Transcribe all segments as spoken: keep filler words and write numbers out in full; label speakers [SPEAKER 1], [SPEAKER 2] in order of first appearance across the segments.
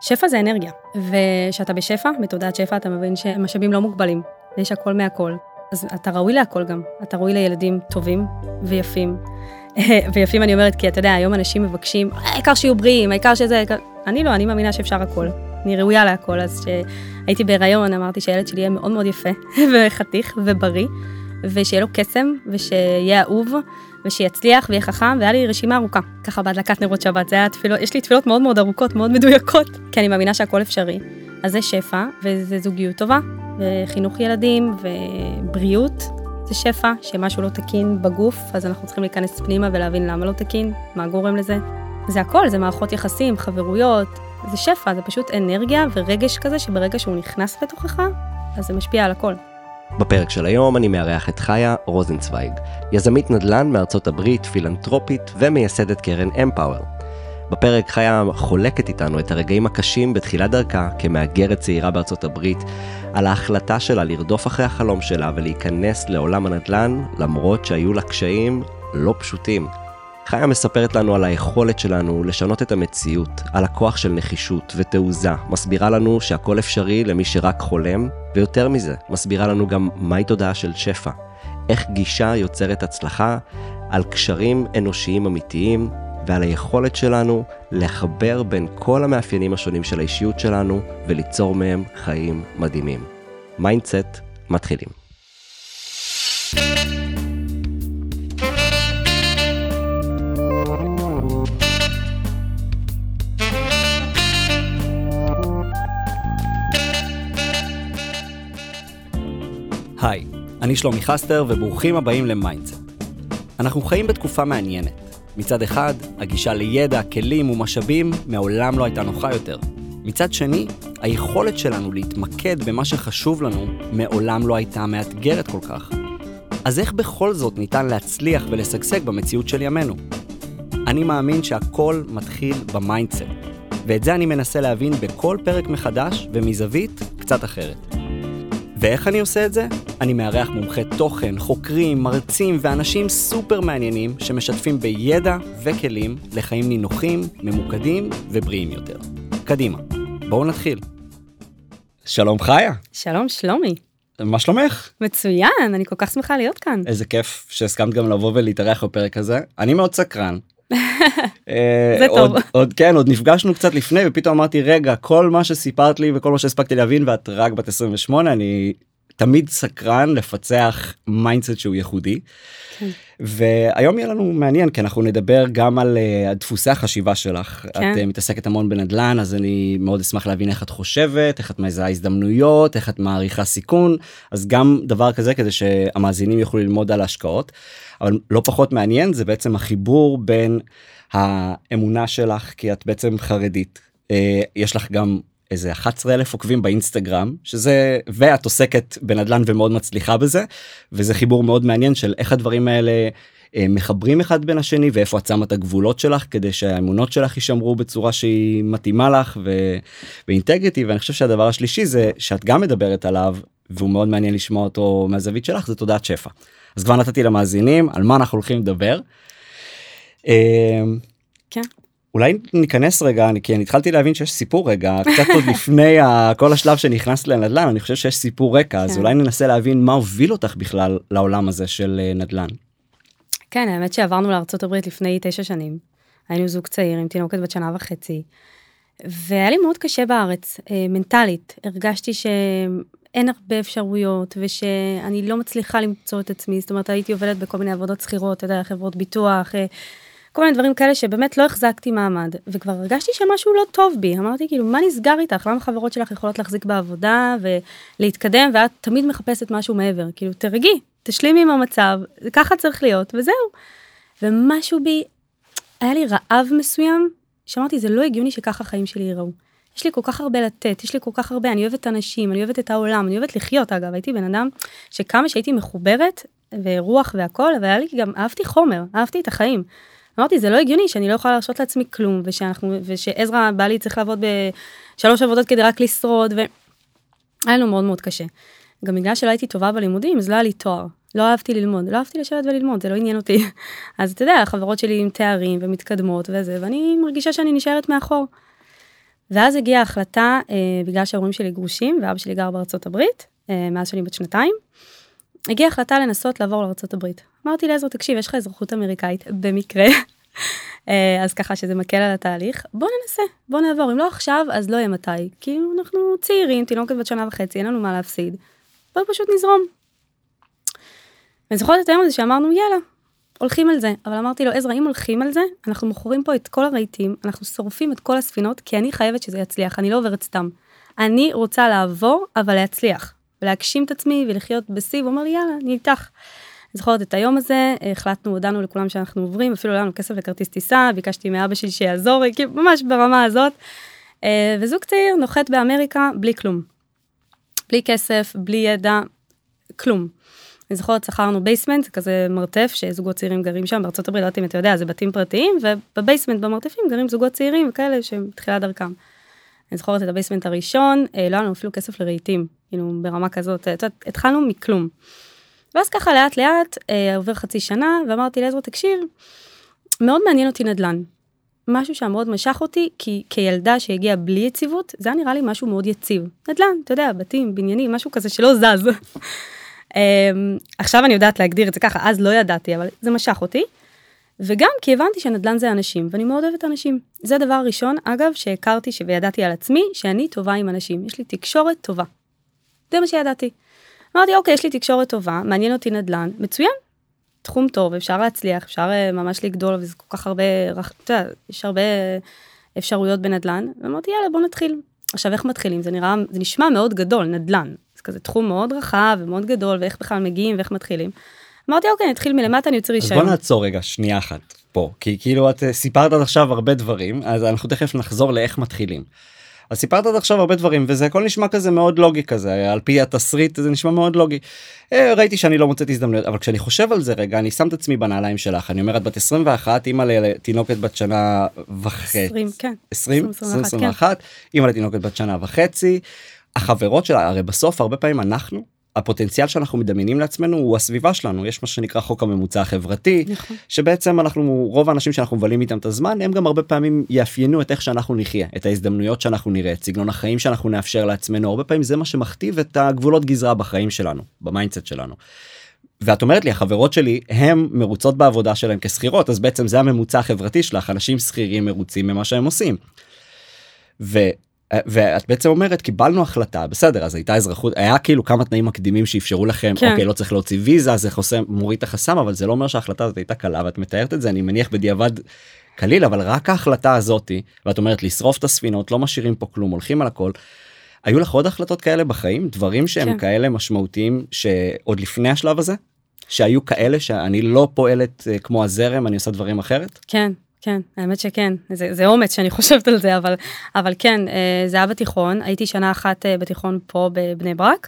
[SPEAKER 1] שפע זה אנרגיה, ושאתה בשפע, בתודעת שפע, אתה מבין שמשאבים לא מוגבלים, ויש הכל מהכל. אז אתה ראוי להכל גם, אתה ראוי לילדים טובים ויפים. ויפים אני אומרת, כי אתה יודע, היום אנשים מבקשים, העיקר שיהיו בריאים, העיקר שזה, העיקר... אני לא, אני מאמינה שאפשר הכל. אני ראויה להכל, אז שהייתי בהיריון, אמרתי שהילד שלי יהיה מאוד מאוד יפה, וחתיך ובריא, ושיהיה לו קסם, ושיהיה אהוב, ושיצליח ויהיה חכם, והיה לי רשימה ארוכה. ככה בהדלקת נרות שבת, זה היה תפילות, יש לי תפילות מאוד מאוד ארוכות, מאוד מדויקות, כי אני מאמינה שהכל אפשרי. אז זה שפע, וזה זוגיות טובה, וחינוך ילדים, ובריאות, זה שפע, שמשהו לא תקין בגוף, אז אנחנו צריכים להיכנס פנימה ולהבין למה לא תקין, מה גורם לזה. זה הכל, זה מערכות יחסים, חברויות, זה שפע, זה פשוט אנרגיה ורגש כזה, שברגע שהוא נכנס בתוכך, אז זה משפיע על הכל.
[SPEAKER 2] בפרק של היום אני מארח את חיה רוזנצוויג, יזמית נדל"ן מארצות הברית, פילנטרופית ומייסדת קרן אמפאוור. בפרק חיה חולקת איתנו את הרגעים הקשים בתחילת דרכה כמהגרת צעירה בארצות הברית, על ההחלטה שלה לרדוף אחרי החלום שלה ולהיכנס לעולם הנדל"ן, למרות שהיו לה קשיים לא פשוטים. חיה מספרת לנו על היכולת שלנו לשנות את המציאות, על הכוח של נחישות ותעוזה, מסבירה לנו שהכל אפשרי למי שרק חולם, ויותר מזה, מסבירה לנו גם מהי תודעה של שפע, איך גישה יוצרת הצלחה, על קשרים אנושיים אמיתיים, ועל היכולת שלנו לחבר בין כל המאפיינים השונים של האישיות שלנו, וליצור מהם חיים מדהימים. מיינדסט, מתחילים.
[SPEAKER 3] היי, אני שלומי חסטר וברוכים הבאים למיינדסט. אנחנו חיים בתקופה מעניינת. מצד אחד, הגישה לידע, כלים ומשאבים מעולם לא הייתה נוחה יותר. מצד שני, היכולת שלנו להתמקד במה שחשוב לנו מעולם לא הייתה מאתגרת כל כך. אז איך בכל זאת ניתן להצליח ולשגשג במציאות של ימינו? אני מאמין שהכל מתחיל במיינדסט, ואת זה אני מנסה להבין בכל פרק מחדש ומזווית קצת אחרת. ואיך אני עושה את זה? אני מארח מומחי תוכן, חוקרים, מרצים ואנשים סופר מעניינים שמשתפים בידע וכלים לחיים נינוחים, ממוקדים ובריאים יותר. קדימה, בואו נתחיל. שלום חיה.
[SPEAKER 1] שלום שלומי.
[SPEAKER 3] מה שלומך?
[SPEAKER 1] מצוין, אני כל כך שמחה להיות כאן.
[SPEAKER 3] איזה כיף שהסכמת גם לבוא ולהתארח בפרק הזה. אני מאוד סקרן.
[SPEAKER 1] זה טוב.
[SPEAKER 3] עוד, עוד כן, עוד נפגשנו קצת לפני ופתאום אמרתי רגע, כל מה שסיפרת לי וכל מה שהספקתי להבין ואת רק בת עשרים ושמונה, אני תמיד סקרן לפצח מיינדסט שהוא ייחודי. כן. והיום יהיה לנו מעניין כי אנחנו נדבר גם על uh, דפוסי החשיבה שלך. כן. את uh, מתעסקת המון בנדל"ן, אז אני מאוד אשמח להבין איך את חושבת, איך את מזהה הזדמנויות, איך את מעריכה סיכון, אז גם דבר כזה כדי שהמאזינים יוכלו ללמוד על ההשקעות. אבל לא פחות מעניין זה בעצם החיבור בין האמונה שלך, כי את בעצם חרדית. Uh, יש לך גם איזה אחת עשרה אלף עוקבים באינסטגרם, שזה, ואת עוסקת בנדל"ן ומאוד מצליחה בזה, וזה חיבור מאוד מעניין של איך הדברים האלה אה, מחברים אחד בין השני, ואיפה את שמה את הגבולות שלך, כדי שהאמונות שלך יישמרו בצורה שהיא מתאימה לך, ו... ואינטגריטי, ואני חושב שהדבר השלישי זה, שאת גם מדברת עליו, והוא מאוד מעניין לשמוע אותו מהזווית שלך, זה תודעת שפע. אז כבר נתתי למאזינים, על מה אנחנו הולכים לדבר. אה,
[SPEAKER 1] כן.
[SPEAKER 3] אולי ניכנס רגע, כי אני התחלתי להבין שיש סיפור רגע, קצת עוד לפני כל השלב שנכנס לנדל"ן, אני חושב שיש סיפור רקע, אז אולי ננסה להבין מה הוביל אותך בכלל לעולם הזה של נדל"ן.
[SPEAKER 1] כן, האמת שעברנו לארצות הברית לפני תשע שנים, היינו זוג צעיר עם תינוקת בת שנה וחצי, והיה לי מאוד קשה בארץ, מנטלית, הרגשתי שאין הרבה אפשרויות, ושאני לא מצליחה למצוא את עצמי, זאת אומרת, הייתי עובדת בכל מיני עבודות שכירות, אתה יודע, חברות ביטוח, כל מיני דברים כאלה שבאמת לא החזקתי מעמד, וכבר הרגשתי שמשהו לא טוב בי, אמרתי כאילו, מה נסגר איתך? למה חברות שלך יכולות להחזיק בעבודה ולהתקדם, ואת תמיד מחפשת משהו מעבר, כאילו, תרגי, תשלימי עם המצב, ככה צריך להיות, וזהו. ומשהו בי, היה לי רעב מסוים, שאמרתי, זה לא הגיוני שככה החיים שלי ייראו. יש לי כל כך הרבה לתת, יש לי כל כך הרבה, אני אוהבת אנשים, אני אוהבת את העולם, אני אוהבת לחיות, אגב, הייתי בן אדם שכמה שהייתי מחוברת, ורוח והכל, אבל היה לי גם, אהבתי חומר, אהבתי את החיים. אמרתי, זה לא הגיוני שאני לא יכולה להרשות לעצמי כלום, ושאנחנו, ושעזרא בעלי צריך לעבוד בשלוש עבודות כדי רק לשרוד, והיה לנו מאוד מאוד קשה. גם בגלל שלא הייתי טובה בלימודים, אז לא היה לי תואר. לא אהבתי ללמוד, לא אהבתי לשבת וללמוד, זה לא עניין אותי. אז אתה יודע, החברות שלי עם תארים ומתקדמות וזה, ואני מרגישה שאני נשארת מאחור. ואז הגיעה ההחלטה, בגלל שההורים שלי גרושים, ואבא שלי גר בארצות הברית, מאז שאני בת שנתיים, הגיעה החלטה לנסות לעבור לארצות הברית. אמרתי לעזר, תקשיב, יש לך אזרחות אמריקאית, במקרה, אז ככה שזה מקל על התהליך, בוא ננסה, בוא נעבור, אם לא עכשיו, אז לא יהיה מתי, כי אנחנו צעירים, תינוקת בת שנה וחצי, אין לנו מה להפסיד, בוא פשוט נזרום. ואני זוכרת את היום הזה שאמרנו, יאללה, הולכים על זה, אבל אמרתי לו, עזרא, אם הולכים על זה, אנחנו מוכרים פה את כל הרהיטים, אנחנו שורפים את כל הספינות, כי אני חייבת שזה יצליח, אני לא עוברת סתם. אני רוצה לעבור, אבל להצליח, ולהגשים את עצמי ולחיות בסיב, הוא אומר לי, יאללה, אני איתך. אני זוכרת את היום הזה, החלטנו, הודענו לכולם שאנחנו עוברים, אפילו לנו כסף לכרטיס טיסה, ביקשתי מאבא שלי שיעזור, ממש ברמה הזאת. וזוג צעיר נוחת באמריקה בלי כלום. בלי כסף, בלי ידע, כלום. אני זוכרת, שכרנו בייסמנט, זה כזה מרתף, שזוגות צעירים גרים שם, בארצות הברית, לא יודעת אם אתה יודע, זה בתים פרטיים, ובבייסמנט במרתפים גרים זוגות צעירים וכאלה שמתחילה דרכם. אני זוכרת את הבייסמנט הראשון, לא היה לנו אפילו כסף לרהיטים, כאילו ברמה כזאת, התחלנו מכלום. ואז ככה לאט לאט, עובר חצי שנה, ואמרתי לעזרא, תקשיב, מאוד מעניין אותי נדל"ן. משהו שמאוד משך אותי, כי כילדה שהגיעה בלי יציבות, זה היה נראה לי משהו מאוד יציב. נדל"ן, אתה יודע, בתים, בניינים, משהו כזה שלא זז. עכשיו אני יודעת להגדיר את זה ככה, אז לא ידעתי, אבל זה משך אותי. וגם כי הבנתי שנדל"ן זה אנשים, ואני מאוד אוהבת אנשים. זה הדבר הראשון, אגב, שהכרתי וידעתי על עצמי, שאני טובה עם אנשים. יש לי תקשורת טובה. זה מה שידעתי. אמרתי, אוקיי, יש לי תקשורת טובה, מעניין אותי נדל"ן, מצוין. תחום טוב, אפשר להצליח, אפשר ממש לגדול, וזה כל כך הרבה, אתה יודע, יש הרבה אפשרויות בנדל"ן. ואמרתי, יאללה, בוא נתחיל. עכשיו, איך מתחילים? זה נראה, זה נשמע מאוד גדול, נדל"ן. זה כזה תחום מאוד רחב ומאוד גדול, ואיך בכלל מגיעים ואיך מתחילים. אמרתי, אוקיי, נתחיל מלמטה, אני יוצא רישיון.
[SPEAKER 3] אז בוא נעצור רגע, שנייה אחת פה, כי כאילו את סיפרת עד עכשיו הרבה דברים, אז אנחנו תכף נחזור לאיך מתחילים. אז סיפרת עד עכשיו הרבה דברים, וזה הכל נשמע כזה מאוד לוגי כזה, על פי התסריט זה נשמע מאוד לוגי. ראיתי שאני לא מוצאת הזדמנויות, אבל כשאני חושב על זה רגע, אני שם את עצמי בנעליים שלך, אני אומרת, בת עשרים ואחת, אימא לתינוקת בת שנה וחצי.
[SPEAKER 1] עשרים, כן.
[SPEAKER 3] עשרים, עשרים ואחת, אימא לתינוקת בת שנה וחצי, החברות שלה, הרי בסוף הרבה פעמים אנחנו, הפוטנציאל שאנחנו מדמיינים לעצמנו הוא הסביבה שלנו, יש מה שנקרא חוק הממוצע החברתי,
[SPEAKER 1] נכון.
[SPEAKER 3] שבעצם אנחנו, רוב האנשים שאנחנו מבלים איתם את הזמן, הם גם הרבה פעמים יאפיינו את איך שאנחנו נחיה, את ההזדמנויות שאנחנו נראה, את סגנון החיים שאנחנו נאפשר לעצמנו, הרבה פעמים זה מה שמכתיב את הגבולות גזרה בחיים שלנו, במיינדסט שלנו. ואת אומרת לי, החברות שלי, הם מרוצות בעבודה שלהם כסחירות, אז בעצם זה הממוצע החברתי שלך, אנשים סחירים מרוצים ממה שהם עושים. ו... ואת בעצם אומרת, קיבלנו החלטה, בסדר, אז הייתה אזרחות, היה כאילו כמה תנאים מקדימים שאפשרו לכם, כן. אוקיי, לא צריך להוציא ויזה, זה חוסם, מוריד את החסם, אבל זה לא אומר שההחלטה הזאת הייתה קלה, ואת מתארת את זה, אני מניח בדיעבד קליל, אבל רק ההחלטה הזאת, ואת אומרת, לשרוף את הספינות, לא משאירים פה כלום, הולכים על הכל, היו לך עוד החלטות כאלה בחיים, דברים שהם כן. כאלה משמעותיים, שעוד לפני השלב הזה, שהיו כאלה שאני לא פועלת כמו הזרם, אני עושה דברים אחרת?
[SPEAKER 1] כן. כן, האמת שכן, זה, זה אומץ שאני חושבת על זה, אבל, אבל כן, זה היה בתיכון, הייתי שנה אחת בתיכון פה בבני ברק,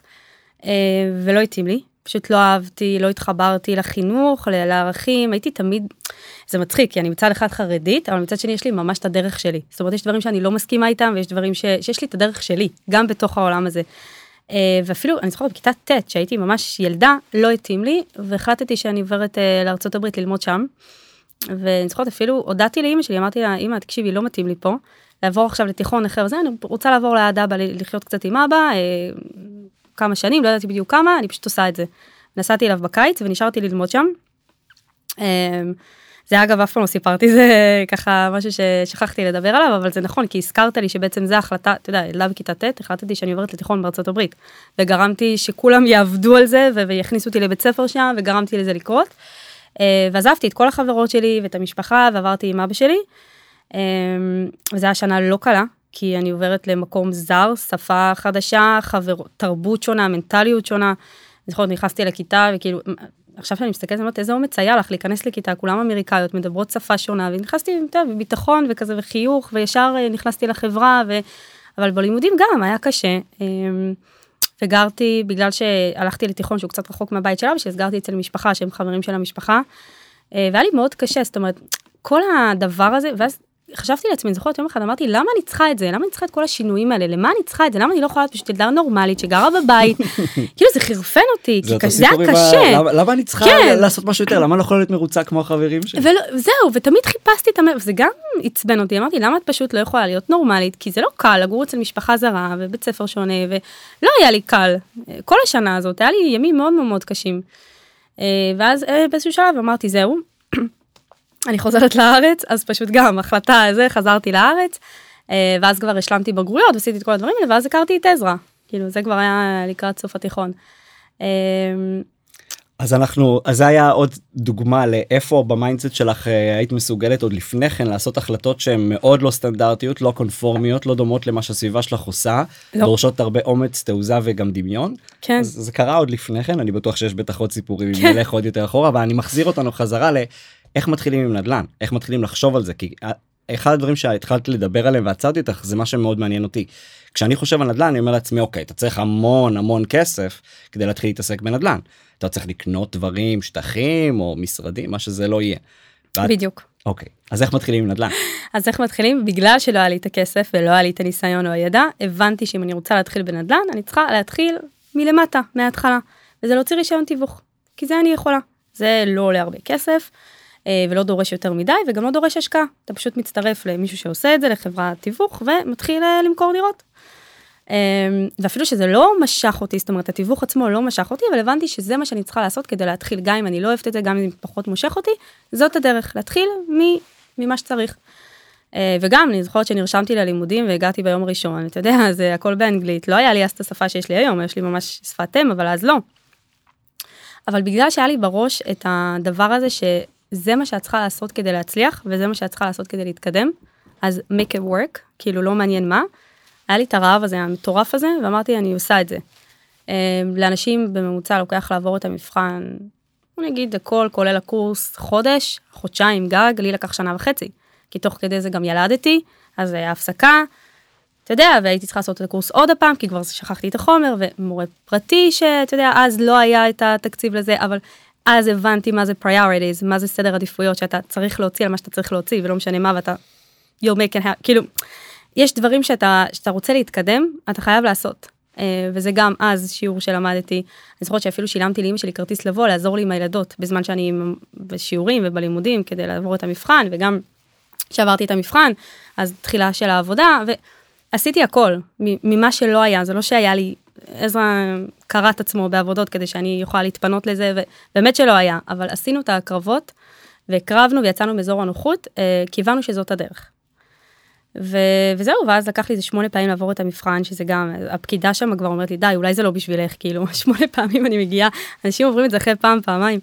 [SPEAKER 1] ולא התאים לי, פשוט לא אהבתי, לא התחברתי לחינוך, לערכים, הייתי תמיד, זה מצחיק, כי אני מצד אחד חרדית, אבל מצד שני יש לי ממש את הדרך שלי, זאת אומרת, יש דברים שאני לא מסכימה איתם, ויש דברים ש, שיש לי את הדרך שלי, גם בתוך העולם הזה. ואפילו, אני זוכרת, בכיתה ט' שהייתי ממש ילדה, לא התאים לי, והחלטתי שאני עוברת לארצות הברית ללמוד שם, ואני זוכרת אפילו, הודעתי לאמא שלי, אמרתי לה, אמא, תקשיבי, לא מתאים לי פה, לעבור עכשיו לתיכון אחר, וזה, אני רוצה לעבור ליד אבא, לחיות קצת עם אבא, אה, כמה שנים, לא ידעתי בדיוק כמה, אני פשוט עושה את זה. נסעתי אליו בקיץ, ונשארתי ללמוד שם. אה, זה אגב, אף פעם לא סיפרתי, זה ככה משהו ששכחתי לדבר עליו, אבל זה נכון, כי הזכרת לי שבעצם זה החלטה, אתה יודע, ילדה בכיתה ט', החלטתי שאני עוברת לתיכון בארצות הברית, וגרמתי שכולם יעבדו על זה, ויכניסו אותי לבית ספר שם, וגרמתי לזה לקרות. ועזבתי את כל החברות שלי ואת המשפחה, ועברתי עם אבא שלי, וזו היה שנה לא קלה, כי אני עוברת למקום זר, שפה חדשה, חברות, תרבות שונה, מנטליות שונה, אני זוכרת, נכנסתי לכיתה, וכאילו, עכשיו שאני מסתכלת, אני אומרת, איזה אומץ היה לך להיכנס לכיתה, כולם אמריקאיות, מדברות שפה שונה, ונכנסתי, טוב, בביטחון וכזה, וחיוך, וישר נכנסתי לחברה, ו... אבל בלימודים גם היה קשה, וגרתי, בגלל שהלכתי לתיכון שהוא קצת רחוק מהבית שלה, ושסגרתי אצל משפחה, שהם חברים של המשפחה, והיה לי מאוד קשה, זאת אומרת, כל הדבר הזה, ואז חשבתי לעצמי, אני זוכרת יום אחד, אמרתי, למה אני צריכה את זה? למה אני צריכה את כל השינויים האלה? למה אני צריכה את זה? למה אני לא יכולה להיות פשוט ילדה נורמלית שגרה בבית? כאילו זה חירפן אותי, כי זה היה קשה.
[SPEAKER 3] למה אני צריכה לעשות משהו יותר? למה לא יכולה להיות מרוצה כמו החברים שלי?
[SPEAKER 1] וזהו, ותמיד חיפשתי את המ... וזה גם עצבן אותי. אמרתי, למה את פשוט לא יכולה להיות נורמלית? כי זה לא קל לגור אצל משפחה זרה ובית ספר שונה, ולא היה לי קל. כל השנה הזאת, היה לי ימים מאוד מאוד קשים. ואז באיזשהו שלב אמרתי, זהו, אני חוזרת לארץ, אז פשוט גם החלטה הזה, חזרתי לארץ, ואז כבר השלמתי בגרויות, ועשיתי את כל הדברים האלה, ואז הכרתי את עזרא. כאילו, זה כבר היה לקראת סוף התיכון.
[SPEAKER 3] אז אנחנו, אז זה היה עוד דוגמה לאיפה במיינדסט שלך היית מסוגלת עוד לפני כן לעשות החלטות שהן מאוד לא סטנדרטיות, לא קונפורמיות, לא דומות למה שהסביבה שלך עושה, לא. דורשות הרבה אומץ, תעוזה וגם דמיון. כן. אז זה קרה עוד לפני כן, אני בטוח שיש בטח עוד סיפורים, כן. אם נלך עוד יותר אחורה, אבל אני מחזיר אותנו חזרה לאיך מתחילים עם נדל"ן, איך מתחילים לחשוב על זה, כי אחד הדברים שהתחלת לדבר עליהם ועצרתי אותך, זה מה שמאוד מעניין אותי. כשאני חושב על נדל"ן, אני אומר לעצמי, אוקיי, אתה צריך המון המון כסף כדי להתחיל להתעסק בנדל"ן. אתה צריך לקנות דברים, שטחים או משרדים, מה שזה לא יהיה. ואת...
[SPEAKER 1] בדיוק.
[SPEAKER 3] אוקיי, אז איך מתחילים עם נדל"ן?
[SPEAKER 1] אז איך מתחילים? בגלל שלא היה לי את הכסף ולא היה לי את הניסיון או הידע, הבנתי שאם אני רוצה להתחיל בנדל"ן, אני צריכה להתחיל מלמטה, מההתחלה. וזה להוציא רישיון תיווך, כי זה אני יכולה. זה לא עולה הרבה כסף, ולא דורש יותר מדי, וגם לא דורש השקעה. אתה פשוט מצטרף למישהו שעושה את זה, לחברת תיווך, ומתחיל למכור דירות. ואפילו שזה לא משך אותי, זאת אומרת, התיווך עצמו לא משך אותי, אבל הבנתי שזה מה שאני צריכה לעשות כדי להתחיל, גם אם אני לא אוהבת את זה, גם אם פחות מושך אותי, זאת הדרך, להתחיל ממה שצריך. וגם, אני זוכרת שנרשמתי ללימודים, והגעתי ביום ראשון, אתה יודע, זה הכל באנגלית, לא היה לי אז את השפה שיש לי היום, יש לי ממש שפת אם, אבל אז לא. אבל בגלל שהיה לי בראש את הדבר הזה, שזה מה שאת צריכה לעשות כדי להצליח, וזה מה שאת צריכה לעשות כדי להתקדם, אז make it work, כאילו לא מעניין מה, היה לי את הרעב הזה, המטורף הזה, ואמרתי, אני עושה את זה. לאנשים בממוצע לוקח לעבור את המבחן, נגיד, הכל, כולל הקורס, חודש, חודשיים גג, לי לקח שנה וחצי. כי תוך כדי זה גם ילדתי, אז היה הפסקה, אתה יודע, והייתי צריכה לעשות את הקורס עוד הפעם, כי כבר שכחתי את החומר, ומורה פרטי, שאתה יודע, אז לא היה את התקציב לזה, אבל אז הבנתי מה זה priorities, מה זה סדר עדיפויות, שאתה צריך להוציא על מה שאתה צריך להוציא, ולא משנה מה, ואתה, you'll make it happen, כאילו, יש דברים שאתה, שאתה רוצה להתקדם, אתה חייב לעשות. וזה גם אז שיעור שלמדתי. אני זוכרת שאפילו שילמתי לאמא שלי כרטיס לבוא, לעזור לי עם הילדות, בזמן שאני בשיעורים ובלימודים, כדי לעבור את המבחן, וגם שעברתי את המבחן, אז תחילה של העבודה, ועשיתי הכל, ממה שלא היה, זה לא שהיה לי עזרא קראת עצמו בעבודות, כדי שאני אוכל להתפנות לזה, ובאמת שלא היה, אבל עשינו את הקרבות, והקרבנו ויצאנו באזור הנוחות, כי הבנו שזאת הדרך. ו... וזהו, ואז לקח לי איזה שמונה פעמים לעבור את המבחן, שזה גם, הפקידה שם כבר אומרת לי, די, אולי זה לא בשבילך, כאילו, שמונה פעמים אני מגיעה, אנשים עוברים את זה אחרי פעם, פעמיים.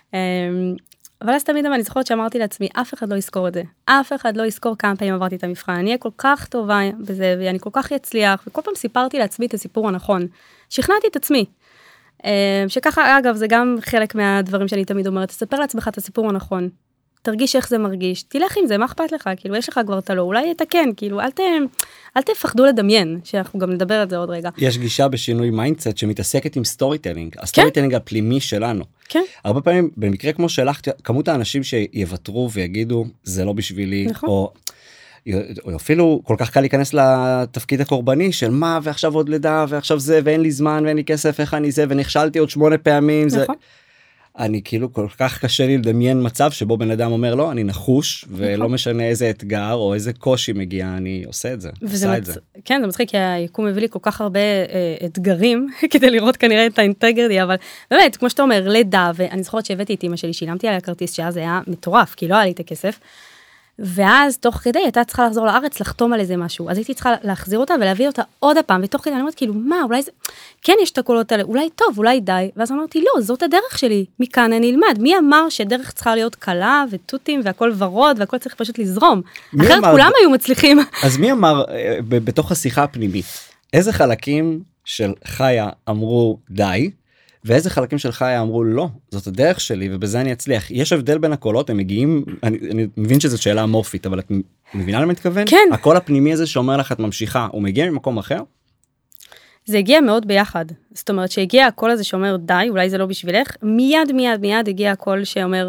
[SPEAKER 1] אבל אז תמיד אני זוכרת שאמרתי לעצמי, אף אחד לא יזכור את זה, אף אחד לא יזכור כמה פעמים עברתי את המבחן, אני אהיה כל כך טובה בזה, ואני כל כך יצליח, וכל פעם סיפרתי לעצמי את הסיפור הנכון, שכנעתי את עצמי, שככה, אגב, זה גם חלק מהדברים שאני תמיד אומרת, תספר לעצמך את הסיפור הנכון, תרגיש איך זה מרגיש, תלך עם זה, מה אכפת לך? כאילו, יש לך כבר את הלא, אולי יתקן, כאילו, אל, ת, אל תפחדו לדמיין, שאנחנו גם נדבר על זה עוד רגע.
[SPEAKER 3] יש גישה בשינוי מיינדסט שמתעסקת עם סטורי טלינג, הסטורי טלינג הפנימי שלנו.
[SPEAKER 1] כן.
[SPEAKER 3] הרבה פעמים, במקרה כמו שלך, כמות האנשים שיוותרו ויגידו, זה לא בשבילי, נכון. או, או אפילו כל כך קל להיכנס לתפקיד הקורבני של מה, ועכשיו עוד לידה, ועכשיו זה, ואין לי זמן, ואין לי כסף, איך אני זה, ונכשלתי עוד שמונה פעמים, נכון. זה... אני כאילו כל כך קשה לי לדמיין מצב שבו בן אדם אומר לא, אני נחוש, ולא משנה איזה אתגר או איזה קושי מגיע, אני עושה את זה, עושה את זה.
[SPEAKER 1] כן, זה מצחיק, כי היקום מביא לי כל כך הרבה אתגרים, כדי לראות כנראה את האינטגריטי, אבל באמת, כמו שאתה אומר, לידה, ואני זוכרת שהבאתי את אמא שלי, שילמתי עליה כרטיס שאז היה מטורף, כי לא היה לי את הכסף, ואז תוך כדי הייתה צריכה לחזור לארץ, לחתום על איזה משהו, אז הייתי צריכה להחזיר אותה ולהביא אותה עוד הפעם, ותוך כדי אני אומרת כאילו, מה, אולי זה, כן יש את הקולות האלה, אולי טוב, אולי די, ואז אמרתי, לא, זאת הדרך שלי, מכאן אני אלמד, מי אמר שדרך צריכה להיות קלה וטוטים והכל ורוד, והכל צריך פשוט לזרום, אחרת אמר, כולם היו מצליחים. אז
[SPEAKER 3] מי אמר, בתוך השיחה הפנימית, איזה חלקים של חיה אמרו די, ואיזה חלקים של חיה אמרו, לא, זאת הדרך שלי, ובזה אני אצליח. יש הבדל בין הקולות, הם מגיעים, אני, אני מבין שזו שאלה אמורפית, אבל את מבינה למה מתכוון?
[SPEAKER 1] כן.
[SPEAKER 3] הקול הפנימי הזה שאומר לך, את ממשיכה, הוא מגיע ממקום אחר?
[SPEAKER 1] זה הגיע מאוד ביחד. זאת אומרת, שהגיע הקול הזה שאומר, די, אולי זה לא בשבילך, מיד, מיד, מיד הגיע הקול שאומר,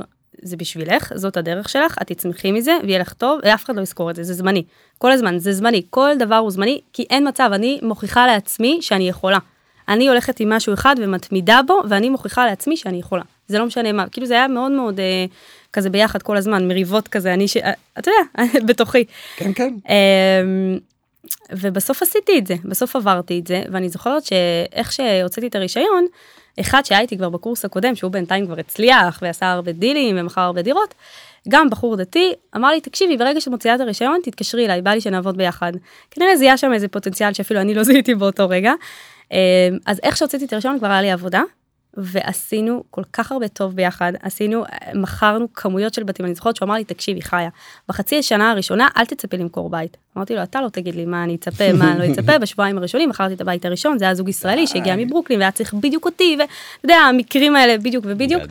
[SPEAKER 1] זה בשבילך, זאת הדרך שלך, את תצמחי מזה, ויהיה לך טוב, ואף אחד לא יזכור את זה, זה זמני. כל הזמן, זה זמני, כל דבר הוא זמני, כי אין מצב, אני מוכיחה לעצמי שאני יכולה. אני הולכת עם משהו אחד ומתמידה בו, ואני מוכיחה לעצמי שאני יכולה. זה לא משנה מה, כאילו זה היה מאוד מאוד אה, כזה ביחד כל הזמן, מריבות כזה, אני ש... אתה יודע, בתוכי.
[SPEAKER 3] כן, כן.
[SPEAKER 1] אה, ובסוף עשיתי את זה, בסוף עברתי את זה, ואני זוכרת שאיך שהוצאתי את הרישיון, אחד שהייתי כבר בקורס הקודם, שהוא בינתיים כבר הצליח, ועשה הרבה דילים, ומחר הרבה דירות, גם בחור דתי, אמר לי, תקשיבי, ברגע שאת מוציאה את הרישיון, תתקשרי אליי, בא לי שנעבוד ביחד. כנראה זיהה שם איזה פוטנציאל שאפילו אני לא זיהיתי באותו רגע. אז איך שהוצאתי את הרישיון, כבר היה לי עבודה, ועשינו כל כך הרבה טוב ביחד, עשינו, מכרנו כמויות של בתים, אני זוכרת שהוא אמר לי, תקשיבי, חיה, בחצי השנה הראשונה, אל תצפי למכור בית. אמרתי לו, אתה לא תגיד לי מה אני אצפה, מה אני לא אצפה, בשבועיים הראשונים, מכרתי את הבית הראשון, זה היה זוג ישראלי שהגיע מברוקלין, והיה צריך בדיוק אותי, ואתה יודע, המקרים האלה בדיוק ובדיוק.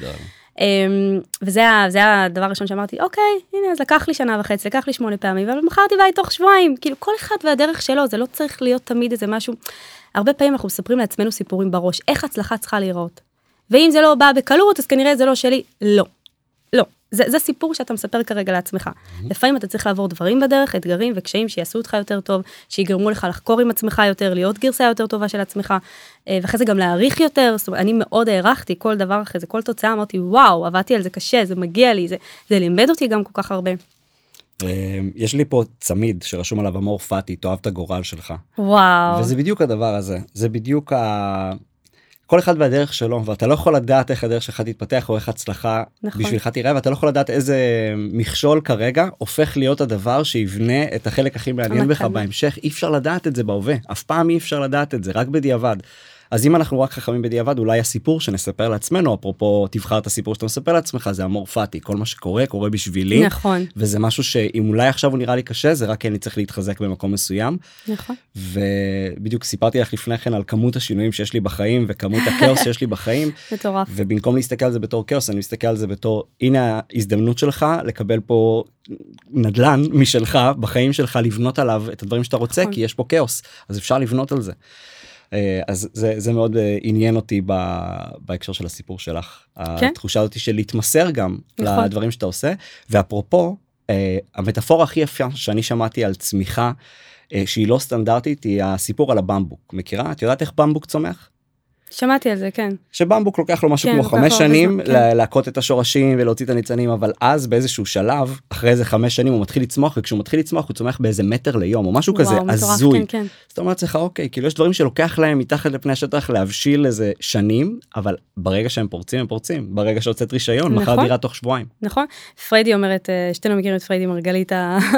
[SPEAKER 1] וזה היה הדבר הראשון שאמרתי, אוקיי, הנה, אז לקח לי שנה וחצי, לקח לי שמונה פעמים, אבל מכרתי בית תוך שבועיים, כאילו כל אחד והדרך שלו, זה לא צריך להיות תמיד איזה משהו. הרבה פעמים אנחנו מספרים לעצמנו סיפורים בראש, איך הצלחה צריכה להיראות. ואם זה לא בא בקלות, אז כנראה זה לא שלי. לא. לא. זה, זה סיפור שאתה מספר כרגע לעצמך. לפעמים אתה צריך לעבור דברים בדרך, אתגרים וקשיים שיעשו אותך יותר טוב, שיגרמו לך לחקור עם עצמך יותר, להיות גרסה יותר טובה של עצמך, ואחרי זה גם להעריך יותר. זאת אומרת, אני מאוד הערכתי כל דבר אחרי זה, כל תוצאה, אמרתי, וואו, עבדתי על זה קשה, זה מגיע לי, זה, זה לימד אותי גם כל כך הרבה.
[SPEAKER 3] יש לי פה צמיד שרשום עליו אמור פאטי, תאהב את הגורל שלך.
[SPEAKER 1] וואו.
[SPEAKER 3] וזה בדיוק הדבר הזה. זה בדיוק ה... כל אחד והדרך שלו, ואתה לא יכול לדעת איך הדרך שלך תתפתח, או איך הצלחה נכון. בשבילך תראה, ואתה לא יכול לדעת איזה מכשול כרגע, הופך להיות הדבר שיבנה את החלק הכי מעניין בך בהמשך. אי אפשר לדעת את זה בהווה, אף פעם אי אפשר לדעת את זה, רק בדיעבד. אז אם אנחנו רק חכמים בדיעבד, אולי הסיפור שנספר לעצמנו, אפרופו תבחר את הסיפור שאתה מספר לעצמך, זה אמור פאטי, כל מה שקורה, קורה בשבילי.
[SPEAKER 1] נכון.
[SPEAKER 3] וזה משהו שאם אולי עכשיו הוא נראה לי קשה, זה רק כי אני צריך להתחזק במקום מסוים.
[SPEAKER 1] נכון.
[SPEAKER 3] ובדיוק סיפרתי לך לפני כן על כמות השינויים שיש לי בחיים, וכמות הכאוס שיש לי בחיים.
[SPEAKER 1] מטורף.
[SPEAKER 3] ובמקום להסתכל על זה בתור כאוס, אני מסתכל על זה בתור, הנה ההזדמנות שלך לקבל פה נדלן משלך, בחיים שלך, לבנות עליו את הדברים שאתה רוצה, כי יש פה כאוס, אז אפשר לבנות על זה. אז זה, זה מאוד עניין אותי בהקשר של הסיפור שלך. כן? התחושה אותי של להתמסר גם נכון. לדברים שאתה עושה. ואפרופו, המטאפורה הכי יפה שאני שמעתי על צמיחה, שהיא לא סטנדרטית, היא הסיפור על הבמבוק. מכירה? את יודעת איך במבוק צומח?
[SPEAKER 1] שמעתי על זה, כן.
[SPEAKER 3] שבמבוק לוקח לו משהו כן, כמו חמש שנים כן. להכות את השורשים ולהוציא את הניצנים, אבל אז באיזשהו שלב, אחרי איזה חמש שנים הוא מתחיל לצמוח, וכשהוא מתחיל לצמוח הוא צומח באיזה מטר ליום, או משהו וואו, כזה מטורף, הזוי. כן, כן. זאת אומרת לך, אוקיי, כאילו יש דברים שלוקח להם מתחת לפני השטח להבשיל איזה שנים, אבל ברגע שהם פורצים, הם פורצים. ברגע שהוצאת רישיון, נכון? מחר דירה תוך שבועיים.
[SPEAKER 1] נכון. פריידי אומרת, שתינו מכירים את פריידי מרגלית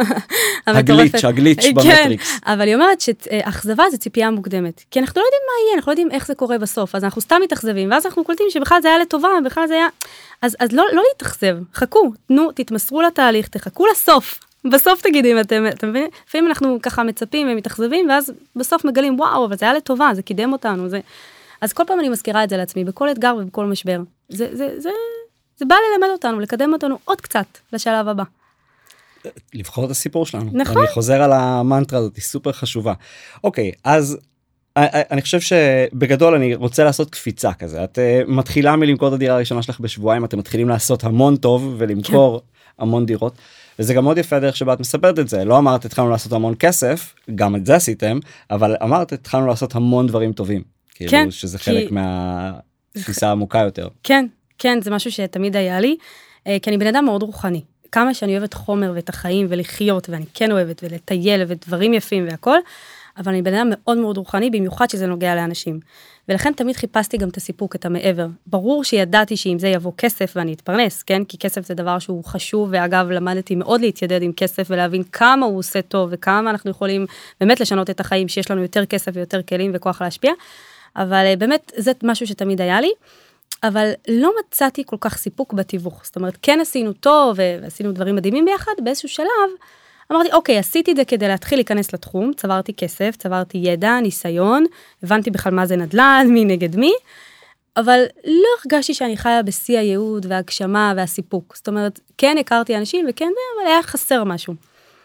[SPEAKER 3] הגליץ', הגליץ' במטריקס.
[SPEAKER 1] אבל היא אומרת שאכזבה זה ציפייה מוקדמת. כי אנחנו לא יודעים מה יהיה, אנחנו לא יודעים איך זה קורה בסוף. אז אנחנו סתם מתאכזבים, ואז אנחנו קולטים שבכלל זה היה לטובה, בכלל זה היה... אז, אז לא, לא להתאכזב, חכו, תנו, תתמסרו לתהליך, תחכו לסוף. בסוף תגידו אם אתם, אתם מבינים? לפעמים אנחנו ככה מצפים ומתאכזבים, ואז בסוף מגלים, וואו, אבל זה היה לטובה, זה קידם אותנו, זה... אז כל פעם אני מזכירה את זה לעצמי, בכל אתגר ובכל משבר. זה, זה, זה, זה בא ללמד אותנו, לקדם אותנו עוד קצת לשלב הבא.
[SPEAKER 3] לבחור את הסיפור שלנו.
[SPEAKER 1] נכון.
[SPEAKER 3] אני חוזר על המנטרה הזאת, היא סופר חשובה. אוקיי, אז אני חושב שבגדול אני רוצה לעשות קפיצה כזה. את מתחילה מלמכור את הדירה הראשונה שלך בשבועיים, אתם מתחילים לעשות המון טוב ולמכור המון דירות. וזה גם מאוד יפה דרך שבה את מספרת את זה. לא אמרת התחלנו לעשות המון כסף, גם את זה עשיתם, אבל אמרת התחלנו לעשות המון דברים טובים. כאילו כן, שזה כי... חלק מהתפיסה העמוקה יותר.
[SPEAKER 1] כן, כן, זה משהו שתמיד היה לי, כי אני בן אדם מאוד רוחני. כמה שאני אוהבת חומר ואת החיים ולחיות, ואני כן אוהבת ולטייל ודברים יפים והכל, אבל אני בן אדם מאוד מאוד רוחני, במיוחד שזה נוגע לאנשים. ולכן תמיד חיפשתי גם את הסיפוק, את המעבר. ברור שידעתי שאם זה יבוא כסף ואני אתפרנס, כן? כי כסף זה דבר שהוא חשוב, ואגב, למדתי מאוד להתיידד עם כסף, ולהבין כמה הוא עושה טוב, וכמה אנחנו יכולים באמת לשנות את החיים, שיש לנו יותר כסף ויותר כלים וכוח להשפיע. אבל באמת, זה משהו שתמיד היה לי. אבל לא מצאתי כל כך סיפוק בתיווך. זאת אומרת, כן עשינו טוב, ועשינו דברים מדהימים ביחד, באיזשהו שלב, אמרתי, אוקיי, עשיתי את זה כדי להתחיל להיכנס לתחום, צברתי כסף, צברתי ידע, ניסיון, הבנתי בכלל מה זה נדל"ן, מי נגד מי, אבל לא הרגשתי שאני חיה בשיא הייעוד וההגשמה והסיפוק. זאת אומרת, כן הכרתי אנשים וכן, אבל היה חסר משהו.